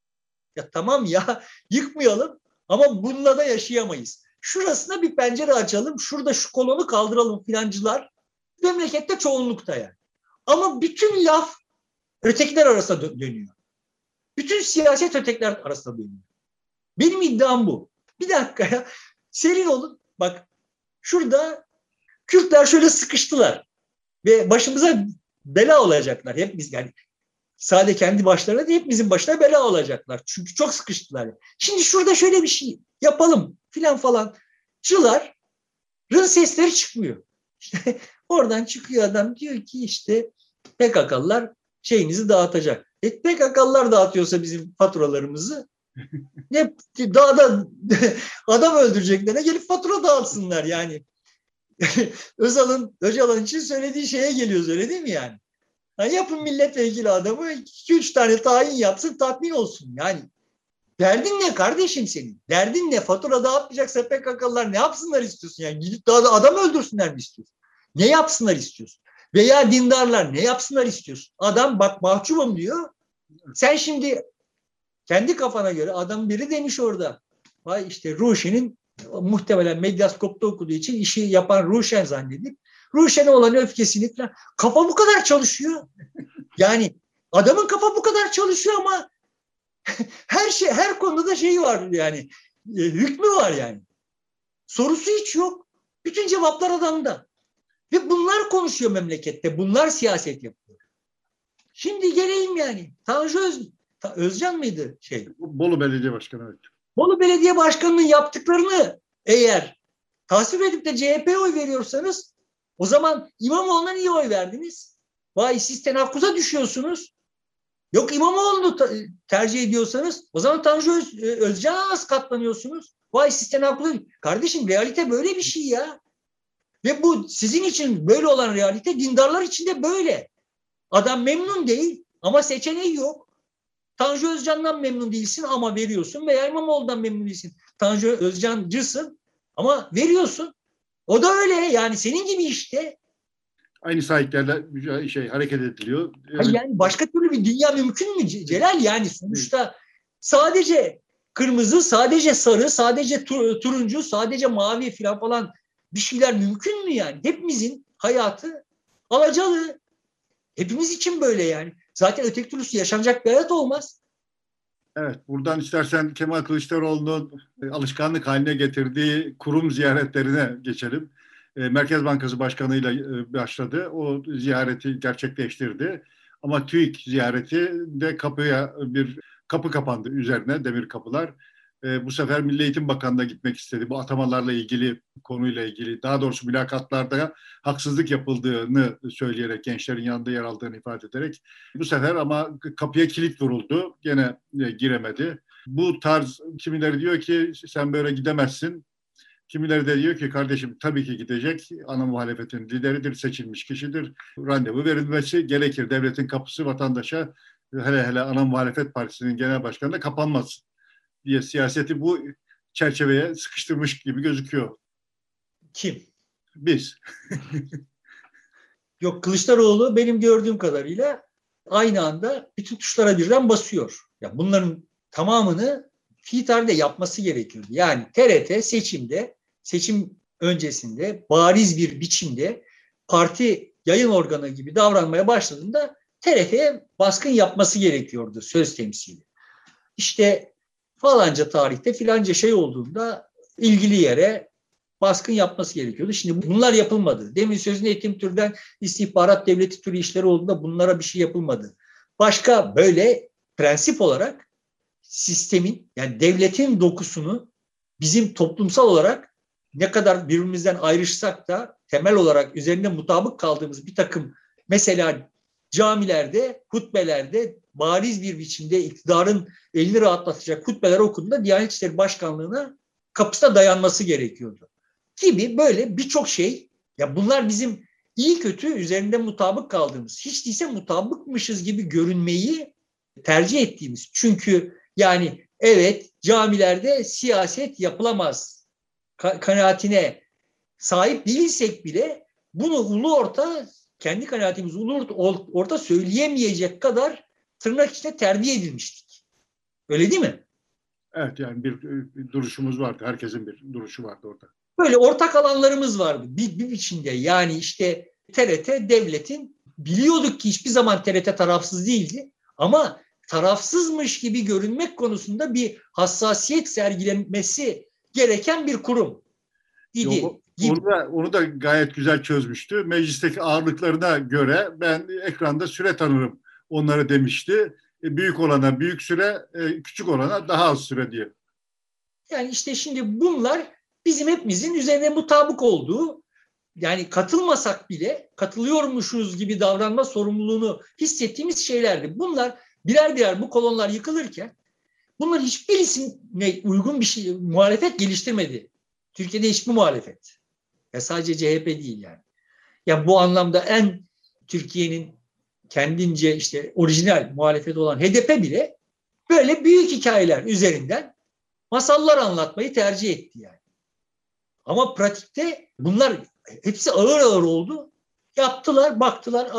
Ya tamam ya, yıkmayalım ama bununla da yaşayamayız. Şurasına bir pencere açalım, şurada şu kolonu kaldıralım filancılar memlekette çoğunlukta yani. Ama bütün laf ötekiler arasında dönüyor. Bütün siyaset ötekiler arasında dönüyor. Benim iddiam bu. Bir dakika ya, serin olun. Bak şurada Kürtler şöyle sıkıştılar ve başımıza bela olacaklar. Hepimiz yani sadece kendi başlarına değil, hepimizin başına bela olacaklar. Çünkü çok sıkıştılar. Şimdi şurada şöyle bir şey yapalım filan falan. Çığların sesleri çıkmıyor. İşte oradan çıkıyor adam, diyor ki işte PKK'lılar şeyinizi dağıtacak. PKK'lılar dağıtıyorsa bizim faturalarımızı, ne dağda adam öldüreceklerine gelip fatura dağıtsınlar yani. Öcalan için söylediği şeye geliyoruz, öyle değil mi yani? Yani yapın milletvekili adamı 2-3 tane tayin yapsın, tatmin olsun. Yani derdin ne kardeşim senin? Derdin ne? Fatura dağıtmayacaksa PKK'lılar ne yapsınlar istiyorsun? Yani gidip dağda adam öldürsünler mi istiyorsun? Ne yapsınlar istiyorsun? Veya dindarlar ne yapsınlar istiyorsun? Adam bak mahcubum diyor. Sen şimdi kendi kafana göre, adam biri demiş orada. Vay işte Ruşen'in, muhtemelen Medyaskop'ta okuduğu için işi yapan Ruşen zannedip Ruşen'e olan öfkesini falan. Kafa bu kadar çalışıyor. Yani adamın kafa bu kadar çalışıyor ama her konuda da şeyi var yani. Hükmü var yani. Sorusu hiç yok. Bütün cevaplar adamda. Ve bunlar konuşuyor memlekette. Bunlar siyaset yapıyor. Şimdi geleyim yani. Özcan mıydı şey? Bolu Belediye Başkanı, evet. Bolu Belediye Başkanı'nın yaptıklarını eğer tasvip edip de CHP'ye oy veriyorsanız, o zaman İmamoğlu'na niye oy verdiniz? Vay siz tenakkuza düşüyorsunuz. Yok İmamoğlu'nu tercih ediyorsanız, o zaman Tanju Özcan'a az katlanıyorsunuz. Vay siz tenakkuza. Kardeşim realite böyle bir şey ya. Ve bu sizin için böyle olan realite dindarlar için de böyle. Adam memnun değil ama seçeneği yok. Tanju Özcan'dan memnun değilsin ama veriyorsun, veya İmamoğlu'ndan memnun değilsin. Tanju Özcancısın ama veriyorsun. O da öyle yani, senin gibi işte. Aynı sahiplerle hareket ediliyor. Yani başka türlü bir dünya mümkün mü Celal? Yani sonuçta sadece kırmızı, sadece sarı, sadece turuncu, sadece mavi falan bir şeyler mümkün mü yani? Hepimizin hayatı alacalı. Hepimiz için böyle yani. Zaten öteki türlüsü yaşanacak bir hayat olmaz. Evet, buradan istersen Kemal Kılıçdaroğlu'nun alışkanlık haline getirdiği kurum ziyaretlerine geçelim. Merkez Bankası Başkanı'yla başladı. O ziyareti gerçekleştirdi. Ama TÜİK ziyareti de bir kapı kapandı üzerine, demir kapılar. Bu sefer Milli Eğitim Bakanı'na gitmek istedi. Bu atamalarla ilgili, konuyla ilgili, daha doğrusu mülakatlarda haksızlık yapıldığını söyleyerek, gençlerin yanında yer aldığını ifade ederek. Bu sefer ama kapıya kilit vuruldu. Gene giremedi. Bu tarz kimileri diyor ki sen böyle gidemezsin. Kimileri de diyor ki kardeşim tabii ki gidecek. Ana muhalefetin lideridir, seçilmiş kişidir. Randevu verilmesi gerekir. Devletin kapısı vatandaşa, hele hele ana muhalefet partisinin genel başkanına kapanmaz diye siyaseti bu çerçeveye sıkıştırmış gibi gözüküyor. Kim? Biz. Yok, Kılıçdaroğlu benim gördüğüm kadarıyla aynı anda bütün tuşlara birden basıyor. Ya bunların tamamını fiil tarihinde yapması gerekiyordu. Yani TRT seçim öncesinde bariz bir biçimde parti yayın organı gibi davranmaya başladığında TRT'ye baskın yapması gerekiyordu söz temsili. İşte falanca tarihte filanca şey olduğunda ilgili yere baskın yapması gerekiyordu. Şimdi bunlar yapılmadı. Demin sözünü ettiğim türden istihbarat devleti türü işleri olduğunda bunlara bir şey yapılmadı. Başka böyle prensip olarak sistemin, yani devletin dokusunu bizim toplumsal olarak ne kadar birbirimizden ayrışsak da temel olarak üzerinde mutabık kaldığımız bir takım, mesela camilerde, hutbelerde bariz bir biçimde iktidarın elini rahatlatacak hutbeler okunduğunda Diyanet İşleri Başkanlığı'na kapısına dayanması gerekiyordu. Gibi böyle birçok şey, ya bunlar bizim iyi kötü üzerinde mutabık kaldığımız, hiç değilse mutabıkmışız gibi görünmeyi tercih ettiğimiz. Çünkü yani evet, camilerde siyaset yapılamaz kanaatine sahip değilsek bile bunu ulu orta, kendi kanaatimiz ulu orta söyleyemeyecek kadar tırnak içinde terbiye edilmiştik. Öyle değil mi? Evet, yani bir duruşumuz vardı. Herkesin bir duruşu vardı orada. Böyle ortak alanlarımız vardı bir biçimde. Yani işte TRT devletin, biliyorduk ki hiçbir zaman TRT tarafsız değildi. Ama tarafsızmış gibi görünmek konusunda bir hassasiyet sergilenmesi gereken bir kurum idi. Onu da gayet güzel çözmüştü. Meclisteki ağırlıklarına göre ben ekranda süre tanırım onları demişti. Büyük olana büyük süre, küçük olana daha az süre diye. Yani işte şimdi bunlar bizim hepimizin üzerine mutabık olduğu, yani katılmasak bile katılıyormuşuz gibi davranma sorumluluğunu hissettiğimiz şeylerdi. Bunlar birer birer, bu kolonlar yıkılırken bunların hiçbirisine uygun bir şey, muhalefet geliştirmedi. Türkiye'de hiçbir muhalefet. Ya sadece CHP değil yani. Yani bu anlamda en Türkiye'nin kendince işte orijinal muhalefet olan HDP bile böyle büyük hikayeler üzerinden masallar anlatmayı tercih etti yani. Ama pratikte bunlar hepsi ağır ağır oldu. Yaptılar, baktılar,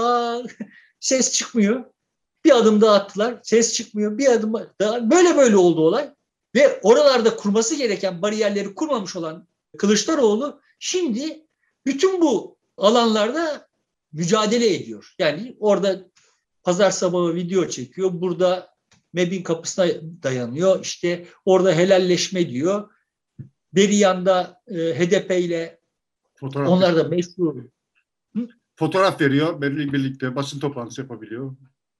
ses çıkmıyor. Bir adım daha attılar, ses çıkmıyor. Bir adım daha, böyle oldu olay. Ve oralarda kurması gereken bariyerleri kurmamış olan Kılıçdaroğlu şimdi bütün bu alanlarda mücadele ediyor. Yani orada pazar sabahı video çekiyor. Burada MEB'in kapısına dayanıyor. İşte orada helalleşme diyor. Beri yanda HDP ile onlar da meşhur. Fotoğraf veriyor, birlikte basın toplantısı yapabiliyor.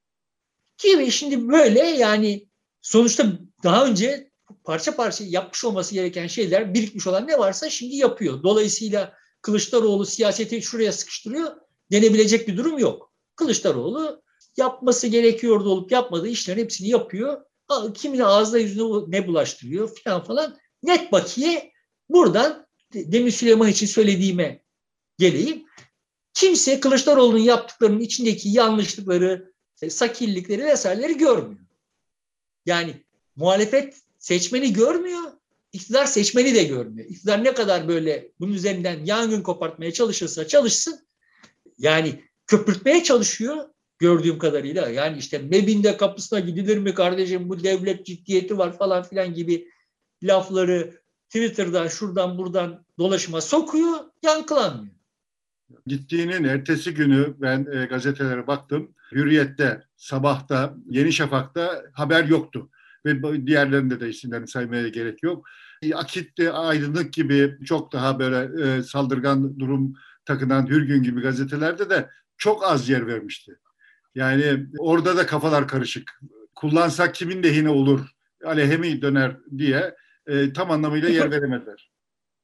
Gibi şimdi böyle, yani sonuçta daha önce parça parça yapmış olması gereken şeyler, birikmiş olan ne varsa şimdi yapıyor. Dolayısıyla Kılıçdaroğlu siyaseti şuraya sıkıştırıyor denebilecek bir durum yok. Kılıçdaroğlu yapması gerekiyordu olup yapmadığı işlerin hepsini yapıyor. Kimine ağzına yüzüne ne bulaştırıyor falan. Net bakiye buradan, demin Süleyman için söylediğime geleyim. Kimse Kılıçdaroğlu'nun yaptıklarının içindeki yanlışlıkları, sakillikleri vesaireleri görmüyor. Yani muhalefet seçmeni görmüyor, iktidar seçmeni de görmüyor. İktidar ne kadar böyle bunun üzerinden yangın kopartmaya çalışırsa çalışsın, yani köpürtmeye çalışıyor gördüğüm kadarıyla. Yani işte MEB'in de kapısına gidilir mi kardeşim, bu devlet ciddiyeti var falan filan gibi lafları Twitter'dan şuradan buradan dolaşıma sokuyor, yankılanmıyor. Gittiğinin ertesi günü ben gazetelere baktım. Hürriyet'te, Sabah'ta, Yeni Şafak'ta haber yoktu. ve diğerlerinde de isimlerini saymaya gerek yok. Akit, Aydınlık gibi çok daha böyle saldırgan durum takınan Hürgün gibi gazetelerde de çok az yer vermişti. Yani orada da kafalar karışık. Kullansak kimin lehine olur, aleyhe mi döner diye tam anlamıyla yer veremediler.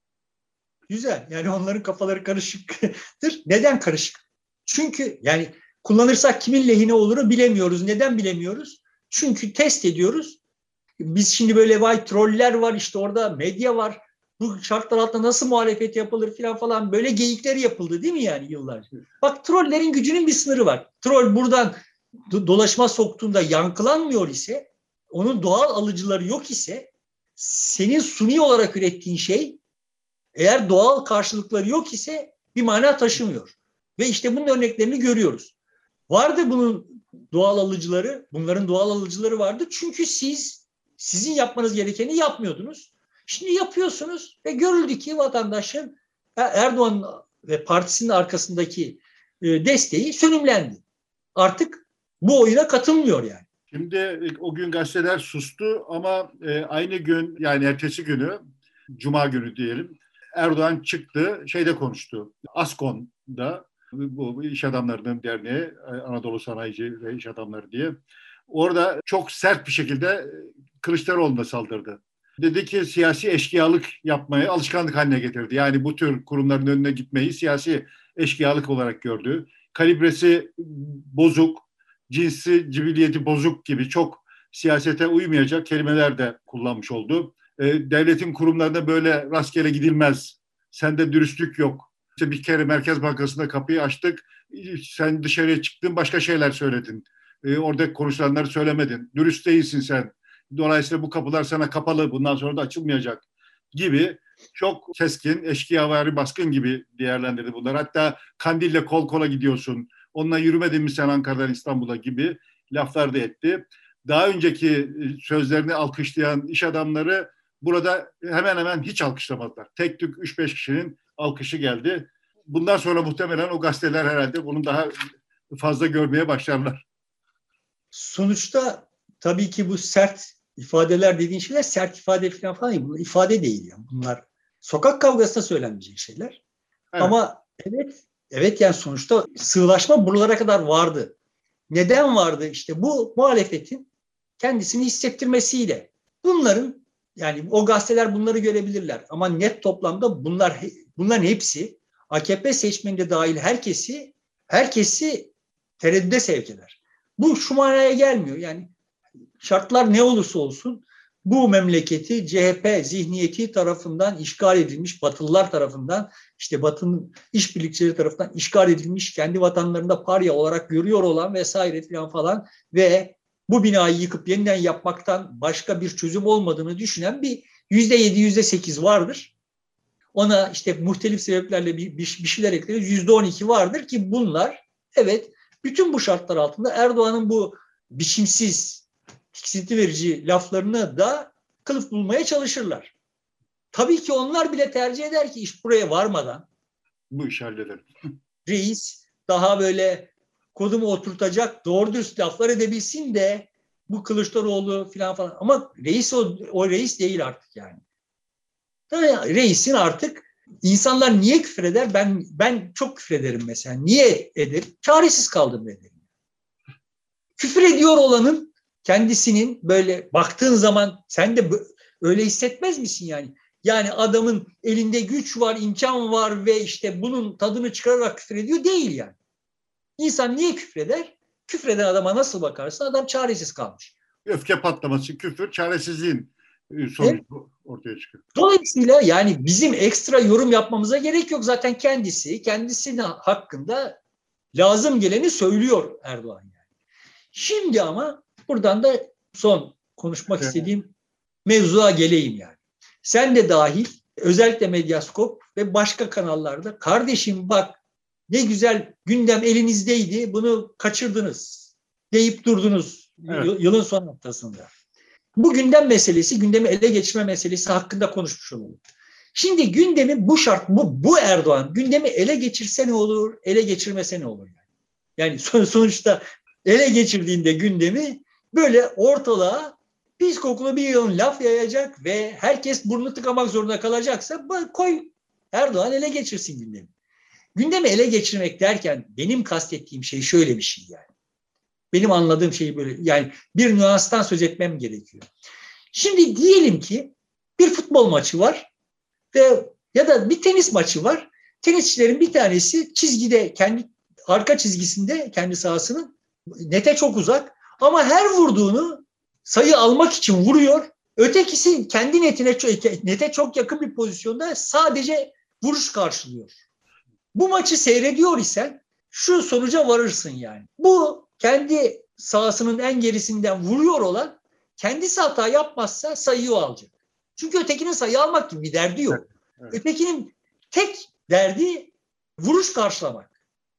Güzel. Yani onların kafaları karışıktır. Neden karışık? Çünkü yani kullanırsak kimin lehine oluru bilemiyoruz. Neden bilemiyoruz? Çünkü test ediyoruz. Biz şimdi böyle vay troller var, işte orada medya var. Bu şartlar altında nasıl muhalefet yapılır falan böyle geyikleri yapıldı değil mi yani yıllarca? Bak, trollerin gücünün bir sınırı var. Troll buradan dolaşma soktuğunda yankılanmıyor ise, onun doğal alıcıları yok ise, senin suni olarak ürettiğin şey eğer doğal karşılıkları yok ise bir mana taşımıyor. Ve işte bunun örneklerini görüyoruz. Vardı bunun doğal alıcıları, bunların doğal alıcıları vardı. Çünkü sizin yapmanız gerekeni yapmıyordunuz. Şimdi yapıyorsunuz ve görüldü ki vatandaşın Erdoğan ve partisinin arkasındaki desteği sönümlendi. Artık bu oyuna katılmıyor yani. Şimdi o gün gazeteler sustu ama aynı gün, yani ertesi günü, Cuma günü diyelim, Erdoğan çıktı, şeyde konuştu. ASKON'da, bu iş adamlarının derneği, Anadolu Sanayici ve İş Adamları diye. Orada çok sert bir şekilde Kılıçdaroğlu'na saldırdı. Dedi ki siyasi eşkıyalık yapmayı alışkanlık haline getirdi. Yani bu tür kurumların önüne gitmeyi siyasi eşkıyalık olarak gördü. Kalibresi bozuk, cinsi, cibiliyeti bozuk gibi çok siyasete uymayacak kelimeler de kullanmış oldu. Devletin kurumlarına böyle rastgele gidilmez. Sende dürüstlük yok. İşte bir kere Merkez Bankası'nda kapıyı açtık. Sen dışarıya çıktın, başka şeyler söyledin. Orada konuşulanları söylemedin. Dürüst değilsin sen. Dolayısıyla bu kapılar sana kapalı. Bundan sonra da açılmayacak gibi çok keskin, eşkıyavari baskın gibi değerlendirdi bunlar. Hatta Kandil'le kol kola gidiyorsun. Onunla yürümedin mi sen Ankara'dan İstanbul'a gibi laflar da etti. Daha önceki sözlerini alkışlayan iş adamları burada hemen hemen hiç alkışlamadılar. Tek tük 3-5 kişinin alkışı geldi. Bundan sonra muhtemelen o gazeteler herhalde bunu daha fazla görmeye başlarlar. Sonuçta tabii ki bu sert ifadeler dediğin şeyler sert ifade falan değil. Bunlar ifade değil yani. Bunlar sokak kavgasında söylenmeyecek şeyler. Evet. Ama evet yani sonuçta sığlaşma buralara kadar vardı. Neden vardı? İşte bu muhalefetin kendisini hissettirmesiyle. Bunların, yani o gazeteler bunları görebilirler. Ama net toplamda bunların hepsi AKP seçmeninde dahil herkesi tereddüde sevk eder. Bu şu manaya gelmiyor. Yani şartlar ne olursa olsun bu memleketi CHP zihniyeti tarafından işgal edilmiş, Batılılar tarafından, işte Batı'nın işbirlikçileri tarafından işgal edilmiş, kendi vatanlarında parya olarak görüyor olan vesaire falan ve bu binayı yıkıp yeniden yapmaktan başka bir çözüm olmadığını düşünen bir %7, %8 vardır. Ona işte muhtelif sebeplerle bir şeyler ekleriz. %12 vardır ki bunlar, evet, bütün bu şartlar altında Erdoğan'ın bu biçimsiz, tiksinti verici laflarını da kılıf bulmaya çalışırlar. Tabii ki onlar bile tercih eder ki iş buraya varmadan bu işi halledelim. Reis daha böyle kodumu oturtacak doğru dürüst laflar edebilsin de bu Kılıçdaroğlu falan. Ama reis o reis değil artık yani. Reisin artık insanlar niye küfür eder? Ben çok küfür ederim mesela. Niye ederim? Çaresiz kaldım ederim. Küfür ediyor olanın kendisinin böyle baktığın zaman sen de öyle hissetmez misin yani? Yani adamın elinde güç var, imkan var ve işte bunun tadını çıkararak küfür ediyor değil yani. İnsan niye küfreder? Küfreden adama nasıl bakarsa adam çaresiz kalmış. Öfke patlaması, küfür, çaresizliğin sonucu ortaya çıkıyor. Dolayısıyla yani bizim ekstra yorum yapmamıza gerek yok. Zaten kendisinin hakkında lazım geleni söylüyor Erdoğan yani. Şimdi ama buradan da son konuşmak istediğim mevzuya geleyim yani. Sen de dahil, özellikle Medyaskop ve başka kanallarda, kardeşim bak ne güzel gündem elinizdeydi, bunu kaçırdınız deyip durdunuz yılın son haftasında. Bu gündem meselesi, gündemi ele geçirme meselesi hakkında konuşmuş olalım. Şimdi gündemi bu Erdoğan gündemi ele geçirse ne olur, ele geçirmese ne olur? Yani sonuçta ele geçirdiğinde gündemi böyle ortalığa Pis bir yığın laf yayacak ve herkes burnunu tıkamak zorunda kalacaksa koy Erdoğan ele geçirsin gündemi. Gündemi ele geçirmek derken benim kastettiğim şey şöyle bir şey yani. Benim anladığım şey böyle, yani bir nüanstan söz etmem gerekiyor. Şimdi diyelim ki bir futbol maçı var ve ya da bir tenis maçı var. Tenisçilerin bir tanesi çizgide, kendi arka çizgisinde, kendi sahasının nete çok uzak ama her vurduğunu sayı almak için vuruyor. Ötekisi kendi nete çok yakın bir pozisyonda sadece vuruş karşılıyor. Bu maçı seyrediyor isen şu sonuca varırsın yani. Bu kendi sahasının en gerisinden vuruyor olan kendisi hata yapmazsa sayıyı alacak. Çünkü ötekinin sayı almak gibi bir derdi yok. Evet. Ötekinin tek derdi vuruş karşılamak.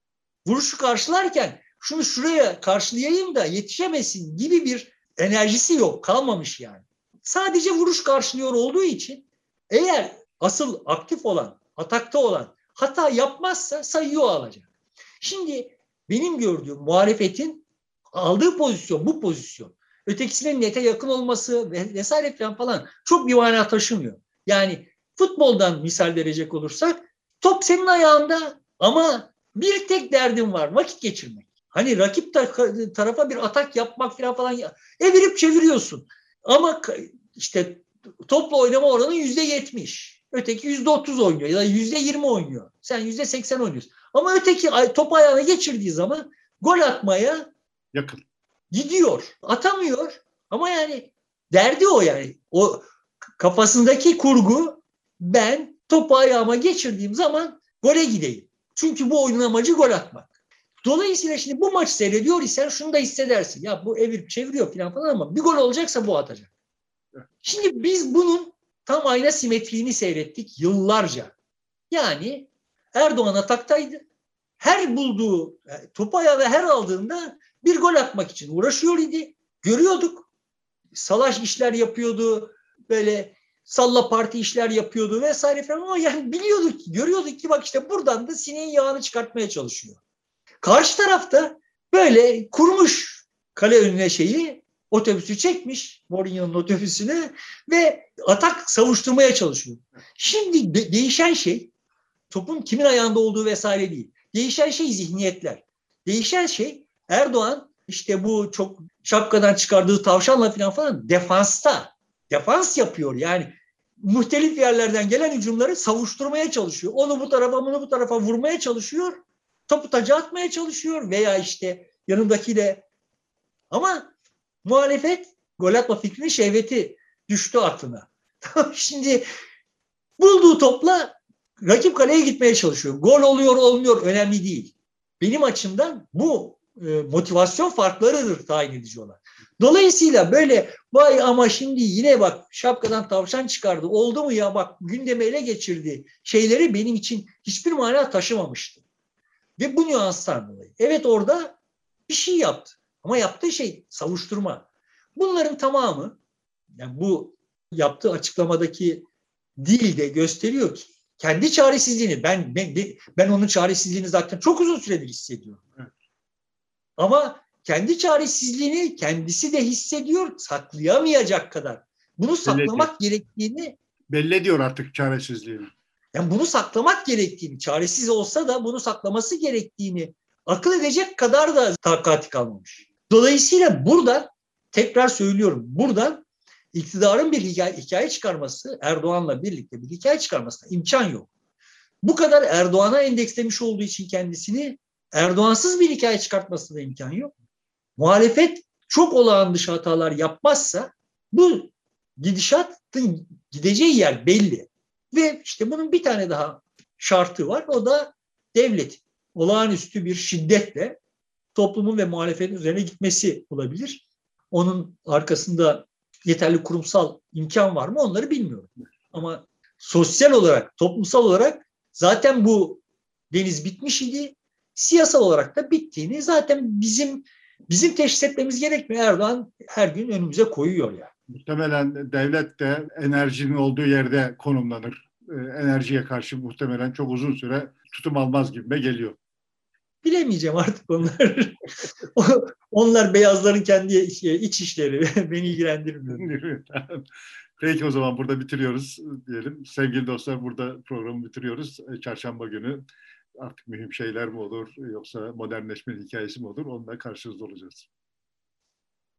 Vuruşu karşılarken şunu şuraya karşılayayım da yetişemesin gibi bir enerjisi yok, kalmamış yani. Sadece vuruş karşılıyor olduğu için eğer asıl aktif olan, atakta olan hata yapmazsa sayıyı o alacak. Şimdi benim gördüğüm muhalefetin aldığı pozisyon bu pozisyon. Ötekisinin nete yakın olması vesaire falan çok bir mana taşımıyor. Yani futboldan misal verecek olursak top senin ayağında ama bir tek derdin var, vakit geçirmek. Hani rakip tarafa bir atak yapmak falan evirip çeviriyorsun. Ama işte topla oynama oranı %70. Öteki %30 oynuyor ya da %20 oynuyor. Sen %80 oynuyorsun. Ama öteki top ayağına geçirdiği zaman gol atmaya yakın gidiyor. Atamıyor ama yani derdi o yani. O kafasındaki kurgu, ben topu ayağıma geçirdiğim zaman gole gideyim. Çünkü bu oyunun amacı gol atmak. Dolayısıyla şimdi bu maç seyrediyor isen şunu da hissedersin. Ya bu evirip çeviriyor falan ama bir gol olacaksa bu atacak. Şimdi biz bunun tam ayna simetriğini seyrettik yıllarca. Yani Erdoğan ataktaydı. Her bulduğu topu ayağına her aldığında bir gol atmak için uğraşıyor idi. Görüyorduk. Salaş işler yapıyordu. Böyle salla parti işler yapıyordu vesaire falan ama yani biliyorduk, görüyorduk ki bak işte buradan da sineğin yağını çıkartmaya çalışıyor. Karşı tarafta böyle kurmuş kale önüne otobüsü çekmiş Mourinho'nun otobüsüne ve atak savuşturmaya çalışıyor. Şimdi değişen şey topun kimin ayağında olduğu vesaire değil. Değişen şey zihniyetler. Değişen şey Erdoğan işte bu çok şapkadan çıkardığı tavşanla falan defans yapıyor. Yani muhtelif yerlerden gelen hücumları savuşturmaya çalışıyor. Onu bu tarafa, bunu bu tarafa vurmaya çalışıyor. Topu taca atmaya çalışıyor veya işte yanındakiyle ama muhalefet gol atma fikrinin şehveti düştü aklına. Şimdi bulduğu topla rakip kaleye gitmeye çalışıyor. Gol oluyor olmuyor önemli değil. Benim açımdan bu motivasyon farklarıdır tayin edici olan. Dolayısıyla böyle vay ama şimdi yine bak şapkadan tavşan çıkardı oldu mu ya bak gündemi ele geçirdi şeyleri benim için hiçbir mana taşımamıştı. Ve bu nüanstan dolayı. Evet orada bir şey yaptı. Ama yaptığı şey savuşturma. Bunların tamamı yani bu yaptığı açıklamadaki dil de gösteriyor ki kendi çaresizliğini ben onun çaresizliğini zaten çok uzun süredir hissediyorum. Evet. Ama kendi çaresizliğini kendisi de hissediyor, saklayamayacak kadar. Bunu saklamak gerektiğini belli ediyor artık çaresizliğini. Yani bunu saklamak gerektiğini, çaresiz olsa da bunu saklaması gerektiğini akıl edecek kadar da takati kalmamış. Dolayısıyla burada tekrar söylüyorum, buradan iktidarın bir hikaye çıkarması, Erdoğan'la birlikte bir hikaye çıkarmasına imkan yok. Bu kadar Erdoğan'a endekslemiş olduğu için kendisini Erdoğansız bir hikaye çıkartmasına imkan yok. Muhalefet çok olağan dışı hatalar yapmazsa bu gidişatın gideceği yer belli. Ve işte bunun bir tane daha şartı var. O da devlet olağanüstü bir şiddetle toplumun ve muhalefetin üzerine gitmesi olabilir. Onun arkasında yeterli kurumsal imkan var mı onları bilmiyorum. Ama sosyal olarak, toplumsal olarak zaten bu deniz bitmiş idi. Siyasal olarak da bittiğini zaten bizim teşhis etmemiz gerekmiyor. Erdoğan her gün önümüze koyuyor yani. Muhtemelen devlet de enerjinin olduğu yerde konumlanır. Enerjiye karşı muhtemelen çok uzun süre tutum almaz gibime geliyor. bilemeyeceğim artık onlar. Onlar beyazların kendi iç işleri. Beni ilgilendirmiyor. Peki o zaman burada bitiriyoruz diyelim. Sevgili dostlar, burada programı bitiriyoruz. Çarşamba günü artık mühim şeyler mi olur yoksa modernleşmenin hikayesi mi olur? Onunla karşınızda olacağız.